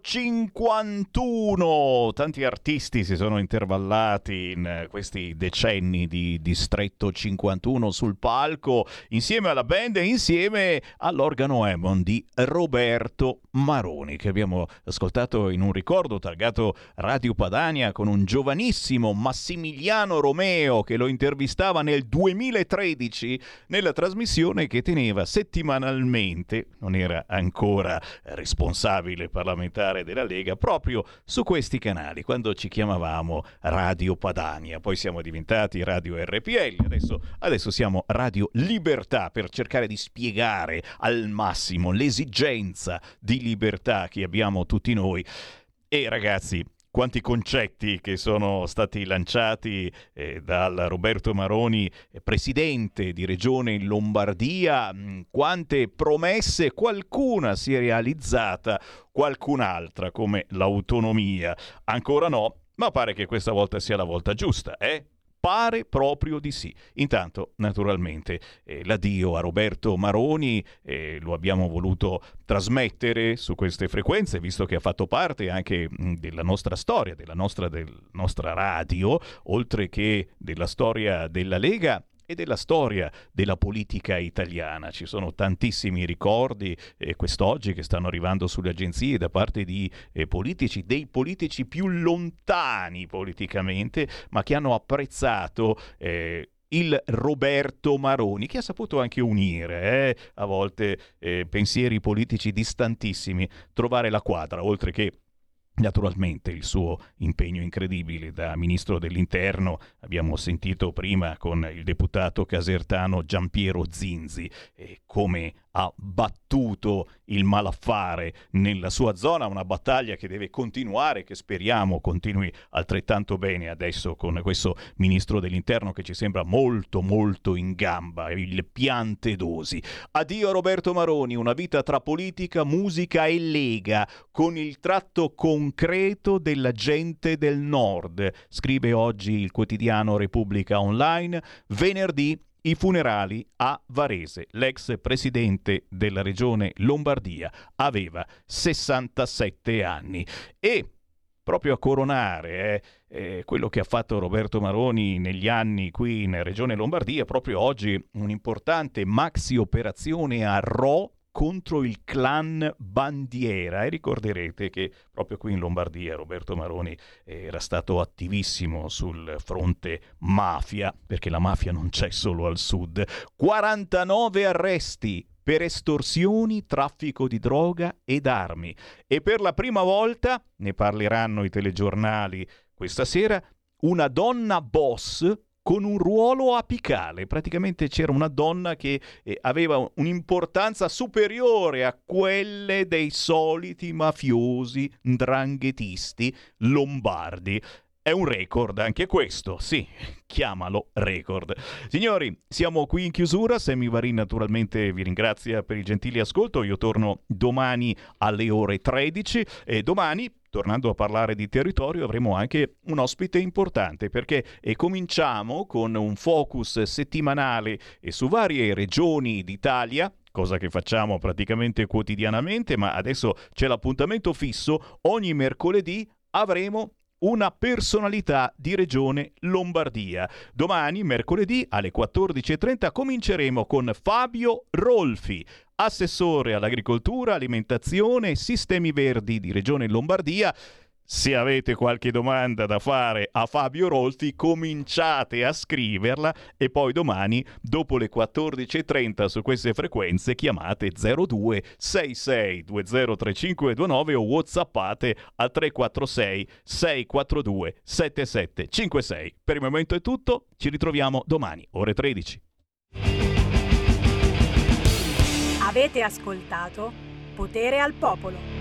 cinquantuno. Tanti artisti si sono intervallati in questi decenni di Distretto cinquantuno sul palco, insieme alla band e insieme all'organo Hammond di Roberto Maroni, che abbiamo ascoltato in un ricordo targato Radio Padania con un giovanissimo Massimiliano Romeo che lo intervistava nel duemilatredici nella trasmissione che teneva settimanalmente, non era ancora responsabile parlamentare della Lega, proprio su questi canali, quando ci chiamavamo Radio Padania. Poi siamo diventati Radio R P L, adesso, adesso siamo Radio Libertà, per cercare di spiegare al massimo l'esigenza di libertà che abbiamo tutti noi. E ragazzi, quanti concetti che sono stati lanciati eh, dal Roberto Maroni, eh, presidente di Regione in Lombardia, mh, quante promesse, qualcuna si è realizzata, qualcun'altra come l'autonomia ancora no, ma pare che questa volta sia la volta giusta, eh? Pare proprio di sì. Intanto, naturalmente, eh, l'addio a Roberto Maroni eh, lo abbiamo voluto trasmettere su queste frequenze, visto che ha fatto parte anche mh, della nostra storia, della nostra, del, nostra radio, oltre che della storia della Lega e della storia della politica italiana. Ci sono tantissimi ricordi eh, quest'oggi che stanno arrivando sulle agenzie da parte di eh, politici, dei politici più lontani politicamente, ma che hanno apprezzato eh, il Roberto Maroni, che ha saputo anche unire eh, a volte eh, pensieri politici distantissimi, trovare la quadra, oltre che naturalmente il suo impegno incredibile da ministro dell'interno. Abbiamo sentito prima con il deputato casertano Giampiero Zinzi eh, come ha battuto il malaffare nella sua zona, una battaglia che deve continuare, che speriamo continui altrettanto bene adesso con questo ministro dell'interno che ci sembra molto molto in gamba, il Piantedosi. Addio Roberto Maroni, una vita tra politica, musica e Lega, con il tratto concreto della gente del Nord, scrive oggi il quotidiano Repubblica Online. Venerdì i funerali a Varese. L'ex presidente della regione Lombardia aveva sessantasette anni. E proprio a coronare eh, eh, quello che ha fatto Roberto Maroni negli anni qui in regione Lombardia, proprio oggi un'importante maxi operazione a Rho contro il clan Bandiera. E ricorderete che proprio qui in Lombardia Roberto Maroni era stato attivissimo sul fronte mafia, perché la mafia non c'è solo al sud. quarantanove arresti per estorsioni, traffico di droga ed armi. E per la prima volta, ne parleranno i telegiornali questa sera, una donna boss con un ruolo apicale. Praticamente c'era una donna che eh, aveva un'importanza superiore a quelle dei soliti mafiosi ndranghetisti lombardi. È un record anche questo, sì, chiamalo record. Signori, siamo qui in chiusura. Sammy Varin naturalmente vi ringrazia per il gentile ascolto. Io torno domani alle ore tredici e domani, tornando a parlare di territorio, avremo anche un ospite importante, perché e cominciamo con un focus settimanale e su varie regioni d'Italia, cosa che facciamo praticamente quotidianamente, ma adesso c'è l'appuntamento fisso. Ogni mercoledì avremo una personalità di regione Lombardia. Domani, mercoledì, alle quattordici e trenta, cominceremo con Fabio Rolfi, assessore all'agricoltura, alimentazione e sistemi verdi di regione Lombardia. Se avete qualche domanda da fare a Fabio Rolfi, cominciate a scriverla e poi domani, dopo le quattordici e trenta, su queste frequenze chiamate zero due sei sei due zero tre cinque due nove o whatsappate al tre quattro sei sei quattro due sette sette cinque sei. Per il momento è tutto, ci ritroviamo domani, ore tredici. Avete ascoltato Potere al Popolo.